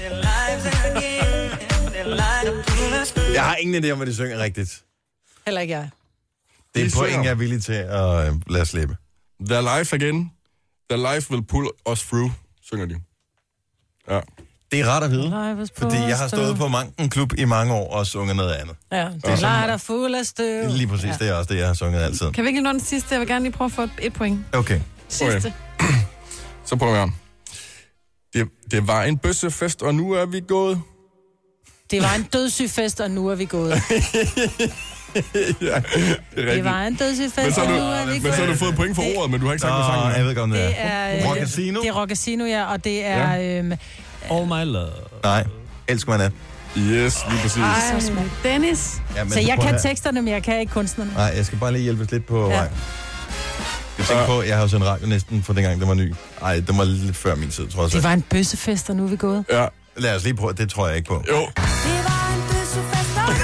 Jeg har ingen idé om, hvad de synger rigtigt.
Heller ikke jeg.
Det er en point, jeg er villig til at lade slippe.
The life again. The life will pull us through, synger de. Ja.
Det er rart at vide, fordi jeg har stået på Manken Klub i mange år og sunget noget andet.
Ja, det lighter fuld af støv.
Lige præcis, det er også det, jeg har sunget altid.
Kan vi ikke lige nå den sidste? Jeg vil gerne lige prøve at få 1 point.
Okay.
Sidste.
Okay. Så prøver jeg. Det var en bøssefest, og nu er vi gået.
Det var en dødssyfest, og nu er vi gået.
Ja,
det var en dødssyfest, og nu er vi gået.
Men så har du fået point for ordet, men du har ikke sagt, hvad sangen er.
Jeg ved godt, om det
er.
Rockasino?
Det er Rockasino, ja, og det er...
All My Love.
Nej, elsker man det.
Yes, lige præcis.
Ej, Dennis.
Ja,
så jeg kan teksterne, men jeg kan ikke kunstnerne.
Nej, jeg skal bare lige hjælpes lidt på vej. Jeg tænker på, jeg har jo sendt radio næsten for dengang, det var ny. Ej, det var lidt før min tid, tror jeg.
Det var en bøssefest, og nu er vi gået.
Ja,
Lad os lige prøve, det tror jeg ikke på.
Jo.
Det var en bøssefest, og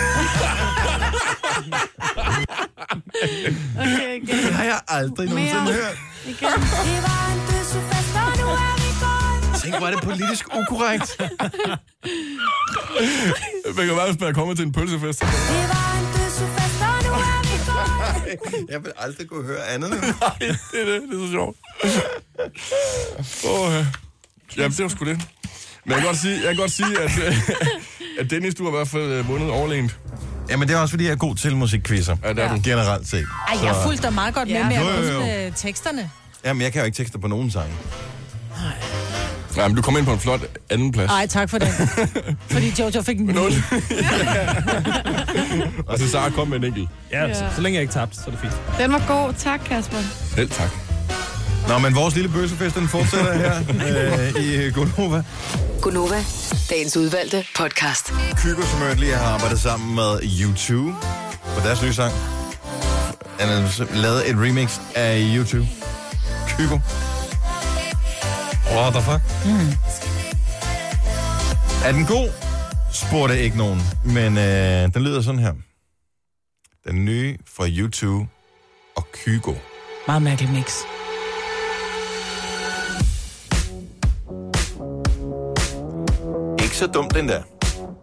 Okay, igen.
Det har jeg aldrig nogensinde hørt.
Igen.
det var en bøssefest, og nu er vi gået.
Tænk, hvor er det politisk ukorrekt.
Man kan være, hvis man er kommet til en pølsefest.
Det var en bøssefest, og nu er vi gået.
Jeg vil aldrig kunne høre andet.
Nej, det er så sjovt. Jamen, det var sgu det. Men jeg kan godt sige, at Dennis, du har i hvert fald vundet overlegent.
Jamen, det er også, fordi jeg er god til musikquizzer.
Ja, det er du.
Generelt set.
Ej, jeg fulgte dig meget godt med at
Jo.
kunne teksterne.
Jamen, jeg kan jo ikke tekster på nogen sange.
Nej, men du kom ind på en flot anden plads.
Ej, tak for det. Fordi Jojo fik en 0.
Og så Sara kom med en enkelt.
Ja, så længe jeg ikke tabte, så er det fint.
Den var god. Tak, Kasper.
Selv tak.
Nå, men vores lille bøssefest, den fortsætter her i Gonova.
Gonova, dagens udvalgte podcast.
Kygo, som jeg lige har arbejdet sammen med U2 på deres nye sang. Han har lavet et remix af U2. Kygo. What the fuck? Er den god? Spurgte ikke nogen. Men den lyder sådan her. Den nye fra U2 og Kygo.
Meget mærkelig mix.
Ikke så dumt, den der.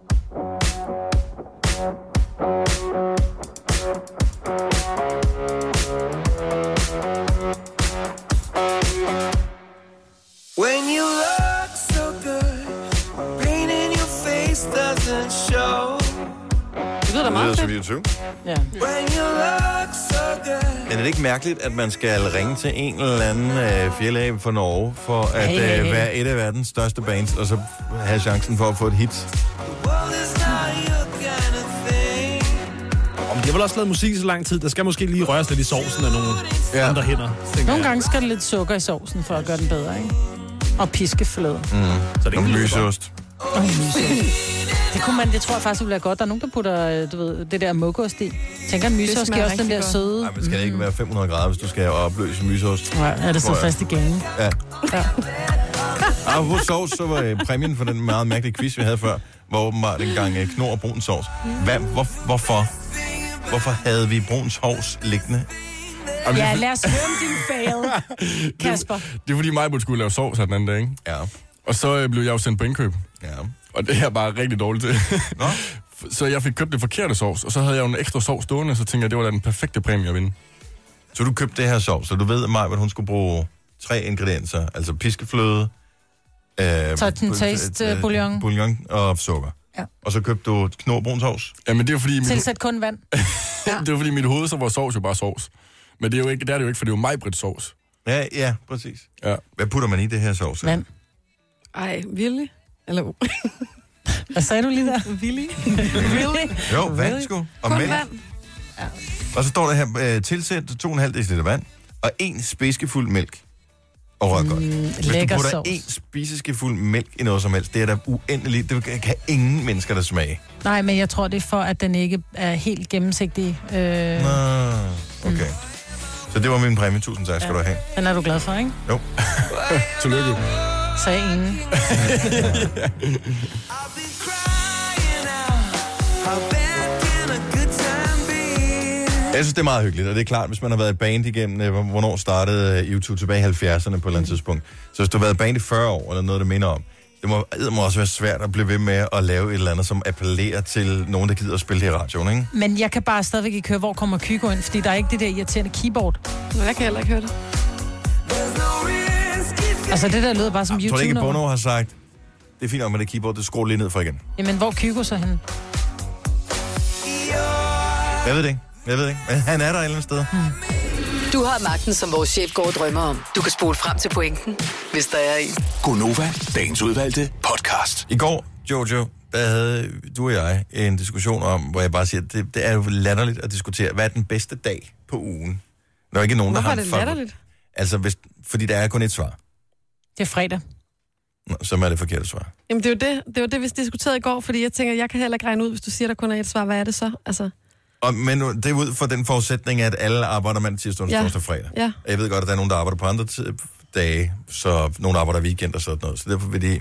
When you look so good, pain in your face doesn't show.
Det lyder da meget fedt.
Som U2.
Ja.
When you look so good.
Men er det ikke mærkeligt, at man skal ringe til en eller anden fjellæge fra Norge, for at
Hey.
være et af verdens største bands, og så have chancen for at få et hit?
World is not your kind of thing.
Om de har vel også lavet musik i så lang tid. Der skal måske lige røres lidt i sovsen af nogle andre hænder.
Nogle gange skal der lidt sukker i sovsen, for at gøre den bedre, ikke? Og piskefløde.
Så det
Og myseost.
Og det kunne man, det tror jeg faktisk ville være godt. Der er nogen, der putter, du ved, det der muggost i. Tænker, en myseost giver også den der søde.
Nej, men skal det ikke være 500 grader, hvis du skal opløse myseost?
Ja, er det så fast i ganen?
Ja.
Ja.
Apropos sovs, så var præmien for den meget mærkelige quiz, vi havde før, hvor åbenbart engang knor og brun sovs. Hvorfor havde vi brun sovs liggende?
Ja, lad os høre om din fail, Kasper.
Det er fordi mig skulle lave sovs her den anden dag, ikke?
Ja.
Og så blev jeg jo sendt på indkøb.
Ja.
Og det er jeg bare rigtig dårligt til.
Nå?
Så jeg fik købt det forkerte sovs, og så havde jeg jo en ekstra sovs stående, så tænkte jeg, det var da den perfekte præmie at vinde.
Så du købte det her sovs, så du ved, Maja, at hun skulle bruge 3 ingredienser, altså piskefløde,
Touch and taste bouillon.
Bouillon og sukker.
Ja.
Og så købte du knor brun sovs.
Ja, men det er jo fordi...
Tilsæt kun vand.
Det er fordi, mit hoved, så var sovs jo bare sovs. Men det er jo ikke, det er det jo ikke, for det er jo Majbrits sovs.
Ja, præcis.
Ja.
Hvad putter man i det her sovs?
Vand.
Ej, villig? Eller...
Hvad sagde du lige der?
Villig?
Jo, vand sgu. Og
Kun
mælk.
vand.
Og så står der her, tilsæt 2,5 dl vand og 1 spiseskefuld mælk. Og rør godt. Hvis du
lækker
putter
sovs.
1 spiseskefuld mælk i noget som helst, det er da uendeligt. Det kan ingen mennesker der smage.
Nej, men jeg tror, det er for, at den ikke er helt gennemsigtig.
Nå, okay. Så det var min præmie. Tusind tak skal du have.
Den er du glad for, ikke?
Jo.
Tillykke.
Sagde ingen.
Jeg synes, det er meget hyggeligt, og det er klart, hvis man har været et band igennem, hvornår startede U2 tilbage i 70'erne på et eller andet tidspunkt. Så hvis du har været et band i 40 år, eller noget, der minder om, det må også være svært at blive ved med at lave et eller andet, som appellerer til nogen, der gider at spille det i radioen, ikke?
Men jeg kan bare stadigvæk ikke høre, hvor kommer Kygo ind, fordi der er ikke det der irriterende keyboard.
Nå, jeg kan heller ikke høre det.
Altså, det der lyder bare som
Jeg tror
YouTube.
ikke, Bono har sagt, det er fint nok med det keyboard, det skruer lige ned for igen.
Jamen, hvor er Kygo så henne?
Jeg ved det ikke. Men han er der et eller andet sted.
Du har magten, som vores chef går og drømmer om. Du kan spole frem til pointen, hvis der er en.
Gonova, dagens udvalgte podcast.
I går, Jojo, der havde du og jeg en diskussion om, hvor jeg bare siger, det er jo latterligt at diskutere, hvad er den bedste dag på ugen? Der er ikke nogen,
Hvorfor
der har
er det latterligt?
Altså, fordi der er kun et svar.
Det er fredag.
Nå, som er det forkerte svar.
Jamen, det er jo det, vi diskuterede i går, fordi jeg tænker, jeg kan heller ikke regne ud, hvis du siger, der kun er et svar. Hvad er det så? Altså...
Men det er ud fra den forudsætning, at alle arbejder mandag, tirsdag, onsdag, torsdag og fredag.
Ja.
Jeg ved godt, at der er nogen, der arbejder på andre dage, så nogen arbejder weekend og sådan noget. Så derfor vil de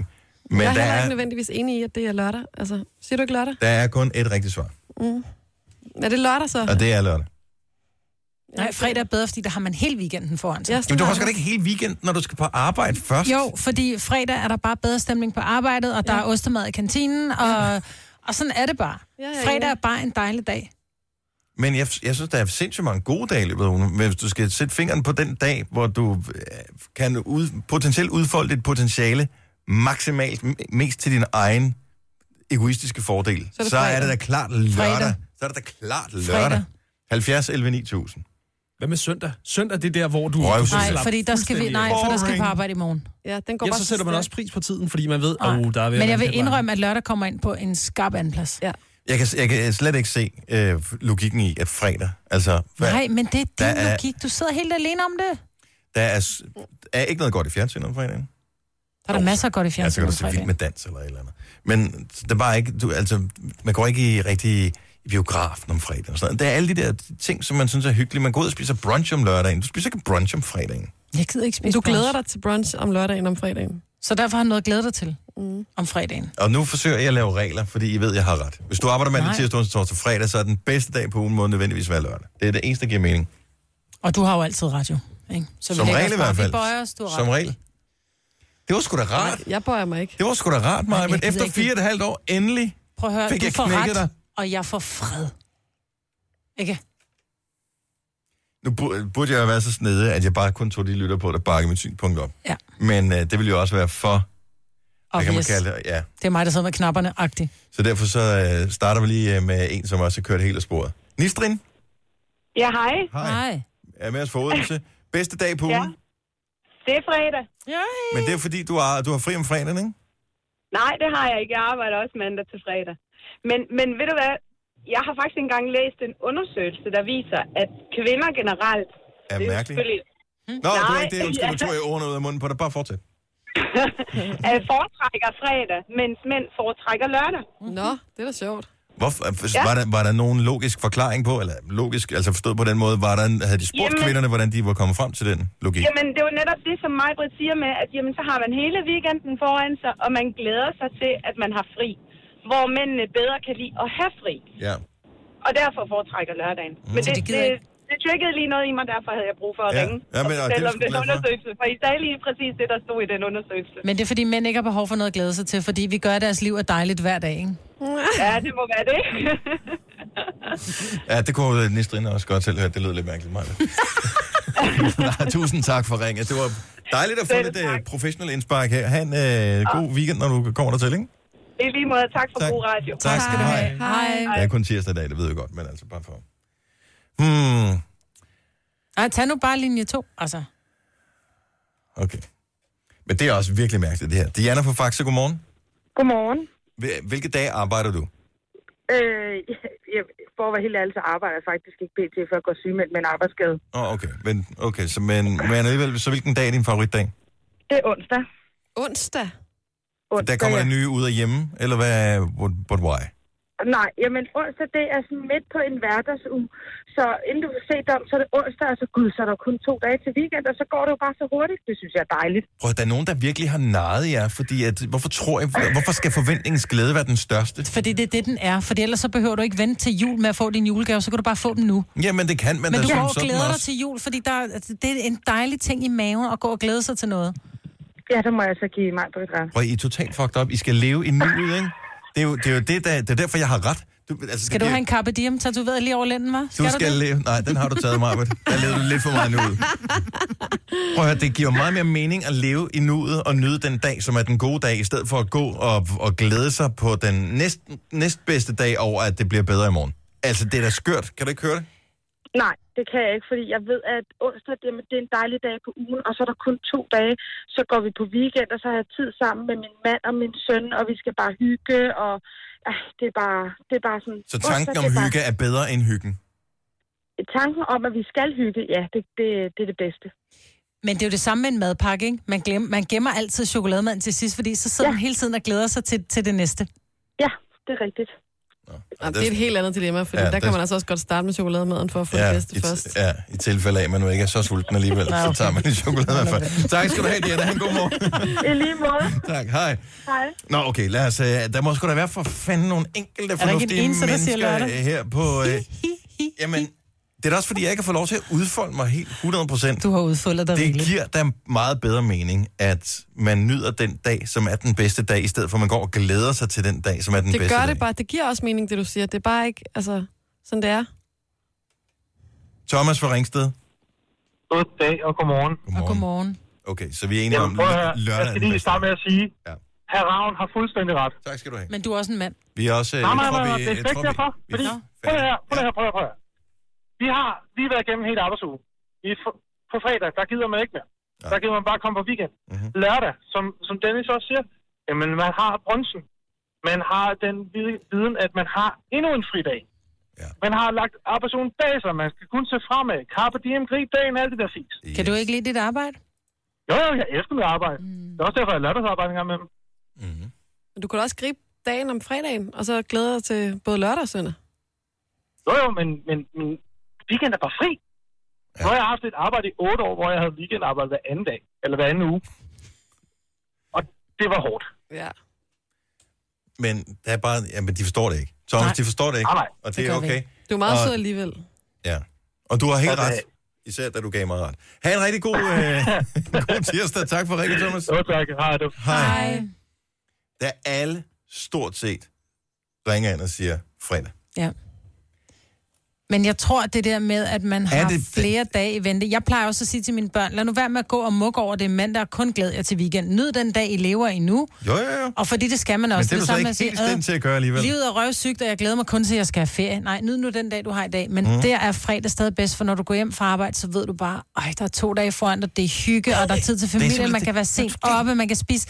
Men
jeg er heller ikke nødvendigvis enig i, at det er lørdag. Altså, siger du ikke lørdag?
Der er kun et rigtigt svar.
Er det lørdag så?
Og det er lørdag.
Nej, fredag er bedre, fordi der har man hele weekenden foran sig.
Jamen, du har også ikke hele weekenden, når du skal på arbejde først.
Jo, fordi fredag er der bare bedre stemning på arbejdet, og der er ostemad i kantinen, og sådan er det bare. Fredag er bare en dejlig dag.
Men jeg synes, der er sindssygt mange gode dage i løbet af ugen. Men hvis du skal sætte fingeren på den dag, hvor du kan potentielt udfolde dit potentiale maksimalt mest til din egen egoistiske fordel, så er det da klart lørdag. Så er det da klart lørdag. 70 11 9000.
Hvad med søndag? Søndag, det er der, hvor du...
Nej, fordi der skal vi på arbejde i morgen.
Ja, den går
så sætter man også pris på tiden, fordi man ved, der er ved.
Men jeg vil indrømme, at lørdag kommer ind på en skarp andenplads.
Ja.
Jeg kan slet ikke se logikken i, at fredag... Altså,
nej, men det er din logik. Du sidder helt alene om det.
Der er ikke noget godt i fjernsynet om fredagen.
Der er masser af godt i fjernsynet
om fredagen. Så kan du se Vild med dans eller et eller andet. Men det er bare ikke... man går ikke i rigtig... i biografen om fredagen og sådan noget. Der er alle de der ting, som man synes er hyggelige. Man går ud og spiser brunch om lørdagen. Du spiser ikke brunch om fredagen.
Jeg gider ikke spise
Du glæder dig til brunch om lørdagen om fredagen.
Så derfor har jeg noget at glæde dig til om fredagen.
Og nu forsøger jeg at lave regler, fordi I ved, jeg har ret. Hvis du arbejder mandag, tirsdag, onsdag, torsdag, fredag, så er den bedste dag på ugen må nødvendigvis være lørdag. Det er det eneste, der giver mening.
Og du har jo altid radio, ikke? Så
som regel i hvert fald.
Os,
som regel. Det var sgu da rart.
Jeg bøjer mig ikke.
Det var sgu da rart, Maja, men efter 4,5 år endelig
prøv at høre,
fik
du
jeg
får
knækket
ret,
dig.
Og jeg får fred. Ikke?
Nu burde jeg være så snedig, at jeg bare kun tog de lytter på, der bakker mit synspunkt op.
Ja.
Men det vil jo også være for... Hvad kan man kalde det? Ja.
Det er mig, der sidder med knapperne-agtigt.
Så derfor så starter vi lige med en, som også har kørt hele sporet. Nistrin?
Ja, hej.
Hej. Er med os for Odense. Bedste dag på ugen?
Ja. Det er fredag.
Yay.
Men det er fordi, du har fri om fredagen, ikke?
Nej, det har jeg ikke. Jeg arbejder også mandag til fredag. Men ved du hvad? Jeg har faktisk engang læst en undersøgelse, der viser, at kvinder generelt...
Er mærkeligt. Nå, du er ikke det. Undskyld, du tog jeg ordene ud af munden på dig. Bare fortsæt.
Foretrækker fredag, mens mænd foretrækker lørdag.
Nå, det er da sjovt.
Hvorfor? Var der nogen logisk forklaring på, eller logisk, altså forstået på den måde, havde de spurgt kvinderne, hvordan de var kommet frem til den logik?
Jamen, det var netop det, som Maj-Brit siger med, at jamen, så har man hele weekenden foran sig, og man glæder sig til, at man har fri. Hvor mændene bedre kan lide at have fri.
Ja.
Og derfor foretrækker lørdagen. Men det triggede lige noget i mig, derfor havde jeg brug for at ringe og fortælle om den undersøgelse. For I sagde lige præcis det, der stod i den undersøgelse.
Men det er fordi mænd ikke har behov for noget at glæde sig til, fordi vi gør deres liv er dejligt hver dag, ikke?
Ja, det må være det.
Ja, det kunne Nistrine også godt selv høre. Det lød lidt mærkeligt, Maja. Tusind tak for ringet. Det var dejligt at få lidt professionel indspark her. Ha' en god weekend, når du kommer dertil, ikke?
I lige måde. Tak for god radio.
Tak skal du have.
Hej.
Det er kun tirsdag i dag, det ved jeg godt, men altså bare for...
Ej, tag nu bare linje 2, altså.
Okay. Men det er også virkelig mærkeligt, det her. Diana fra Faxe, godmorgen.
Godmorgen.
Hvilke dage arbejder du?
For at være helt ærlig, så arbejder jeg faktisk ikke pt. For at gå sygemeldt med en arbejdsskade.
Okay. Men alligevel, så hvilken dag er din favoritdag?
Det er onsdag.
Onsdag?
Der kommer en ny ud af hjemme, eller hvad? But why?
Nej, jamen onsdag, det er sådan midt på en hverdagsuge. Så inden du får set om, så er det onsdag, og så gud, så er der kun 2 dage til weekend, og så går det jo bare så hurtigt. Det synes jeg er dejligt.
Prøv, der er nogen, der virkelig har narret jer, fordi hvorfor skal forventningens glæde være den største?
Fordi det er det, den er. Fordi ellers så behøver du ikke vente til jul med at få din julegave, så kan du bare få dem nu.
Jamen, det kan man.
Men du går og glæder dig til jul, fordi det er en dejlig ting i maven at gå og glæde sig til noget.
Ja, der må jeg så give mig på et ret.
Prøv, I er totalt fucked up. I skal leve i nuet, ikke? Det er jo det er derfor, jeg har ret.
Skal du have en carpe diem tatoveret lige over lænden, hva'?
Du skal leve... Nej, den har du taget, Marbet. Der levede du lidt for meget nuet. Prøv at høre, det giver meget mere mening at leve i nuet og nyde den dag, som er den gode dag, i stedet for at gå og glæde sig på den næstbedste dag over, at det bliver bedre i morgen. Altså, det er da skørt. Kan du ikke høre det?
Nej, det kan jeg ikke, fordi jeg ved, at onsdag, det er en dejlig dag på ugen, og så er der kun 2 dage, så går vi på weekend, og så har jeg tid sammen med min mand og min søn, og vi skal bare hygge, og det er bare sådan...
Så tanken om hygge er bedre end hyggen?
Tanken om, at vi skal hygge, ja, det er det bedste.
Men det er jo det samme med en madpakke, ikke? Man gemmer altid chokolademaden til sidst, fordi så sidder man hele tiden og glæder sig til det næste.
Ja, det er rigtigt.
Det er et helt andet dilemma, for der kan man altså også godt starte med chokolademaden for at få det bedste først.
Ja, i tilfælde af, at man nu ikke er så sulten alligevel, så tager man en chokolademad først. Tak skal du have, Diana. God morgen.
I lige måde.
Tak, hej.
Hej.
Nå, okay, lad os... der må sgu da være for fanden nogle enkelte fornuftige mennesker her på... Jamen, det er da også, fordi jeg ikke har fået lov til at udfolde mig helt 100%.
Du har udfoldet dig rigeligt.
Det giver da meget bedre mening, at man nyder den dag, som er den bedste dag, i stedet for at man går og glæder sig til den dag, som er den bedste dag.
Det gør det bare. Det giver også mening, det du siger. Det er bare ikke, sådan det er.
Thomas fra Ringsted.
Goddag og godmorgen.
Godmorgen.
Okay, så vi er enige om lørdag.
Jeg skal lige starte med at sige, Hr. Ravn har fuldstændig ret.
Tak skal du have.
Men du er også en mand.
Vi er også...
Nej, det er ikke derfor. Fordi, prøv at høre. Vi har lige været igennem hele arbejdsugen. På fredag, der gider man ikke mere. Ja. Der gider man bare komme på weekend. Mm-hmm. Lørdag, som Dennis også siger, jamen man har brunchen. Man har den viden, at man har endnu en fridag. Ja. Man har lagt arbejdsugen bag sig. Man skal kun se fremad. Carpe diem, grib dagen, alt det der fint.
Yes. Kan du ikke lide dit arbejde?
Jo, jeg elsker mit arbejde. Det er også derfor, jeg lørdagsarbejder en gang med dem.
Mm-hmm. Du kan også gribe dagen om fredagen, og så glæde dig til både lørdag og søndag.
Jo, men weekend er bare fri. Ja. Nu har jeg haft et arbejde i 8 år, hvor jeg havde weekendarbejde hver anden dag, eller hver anden uge. Og det var hårdt.
Ja.
Men der er bare... Jamen, de forstår det ikke. Thomas, de forstår det ikke.
Nej.
Og det er okay.
Du er meget sød alligevel.
Ja. Og du har helt ret. Især da du gav mig ret. Ha' en rigtig god, god tirsdag. Tak for ringen, Thomas.
Jo, tak. Hej du.
Hej. Da alle stort set ringer ind og siger fredag.
Ja. Men jeg tror, det der med, at man har flere dage i vente. Jeg plejer også at sige til mine børn, lad nu være med at gå og mukke over det mandag, og kun glæd jer til weekend. Nyd den dag, I lever i nu.
Jo.
Og fordi det skal man også.
Men det er du så ikke helt stemt til at gøre alligevel.
Livet er røvsygt, og jeg glæder mig kun til, at jeg skal have ferie. Nej, nyd nu den dag, du har i dag. Men der er fredag stadig bedst, for når du går hjem fra arbejde, så ved du bare, der er 2 dage foran dig, det er hygge, og der er tid til familie, man kan være sent oppe, man kan spise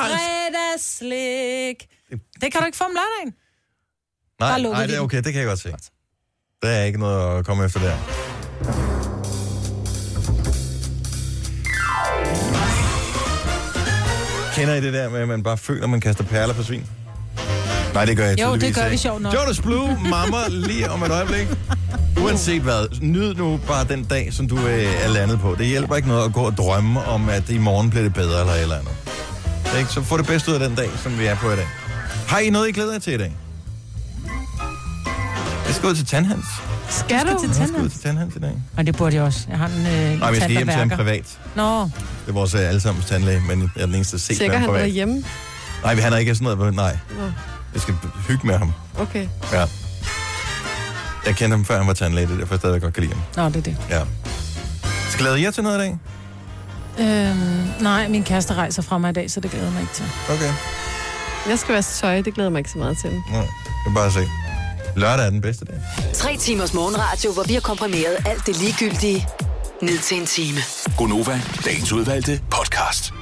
fredagsslik. Det kan du ikke få om lørdagen.
Nej, det er okay, det kan jeg godt se. Der er ikke noget at komme efter der. Kender I det der med, at man bare føler, at man kaster perler på svin? Nej, det gør jeg tydeligvis ikke.
Jo, det gør vi sjovt nok.
Jonas Blue, mamma, lige om et øjeblik. Uanset hvad, nyd nu bare den dag, som du er landet på. Det hjælper ikke noget at gå og drømme om, at i morgen bliver det bedre eller et eller andet. Ikke? Så få det bedste ud af den dag, som vi er på i dag. Har I noget, I glæder jer til i dag? Jeg skal ud til Tandhans.
Skal du?
Jeg skal ud til Tandhans i dag.
Og det burde jeg også. Jeg har en
nej, jeg skal hjem til en privat.
Nå.
Det er vores allesammens tandlæge, men jeg er den eneste, der set
sikker, han er hjemme?
Nej, han er ikke sådan noget. Nej. Nå. Jeg skal hygge med ham.
Okay.
Ja. Jeg kendte ham, før han var tandlæge, det er derfor jeg stadig godt kan lide ham.
Nå, det er det.
Ja. Skal jeg jer til noget i dag?
Nej, min kæreste rejser fra mig i dag, så det glæder mig ikke til.
Okay.
Jeg skal være tøj, det glæder mig ikke så meget til.
Nej, jeg kan bare se. Lørdag er den bedste dag.
3 timers morgenradio, hvor vi har komprimeret alt det ligegyldige ned til en time.
Gonova, dagens udvalgte podcast.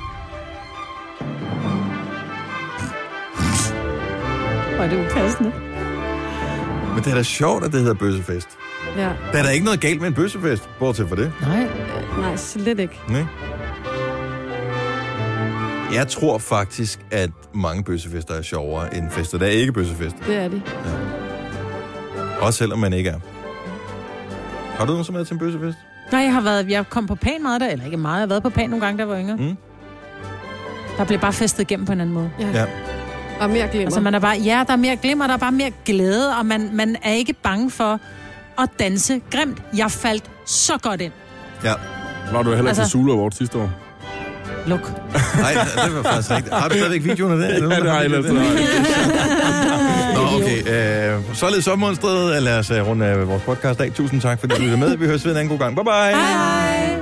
Hvor er det upassende.
Men det er da sjovt, at det hedder bøssefest.
Ja.
Der er da ikke noget galt med en bøssefest, bortset for det.
Nej, slet ikke.
Nej. Jeg tror faktisk, at mange bøssefester er sjovere end fester, der er ikke bøssefester.
Det er de.
Ja. Også selvom man ikke er. Har du nogensinde været til en bøssefest?
Nej, jeg kom på pæn meget der, eller ikke meget, jeg har været på pæn nogle gange, der var yngre. Der blev bare festet igennem på en anden måde.
Ja.
Og mere glimmer.
Altså, der er mere glimmer, der er bare mere glæde, og man er ikke bange for at danse grimt. Jeg faldt så godt ind.
Ja.
Var du heller ikke til Zulu Award sidste år?
Luk.
Nej, det var faktisk rigtigt. Har du stadigvæk videoen af det?
Ja, det har jeg ellers.
Nå, okay. Således opmunstret. Lad os runde af vores podcast dag. Tusind tak, fordi du er med. Vi høres ved en anden god gang. Bye bye.
Hej.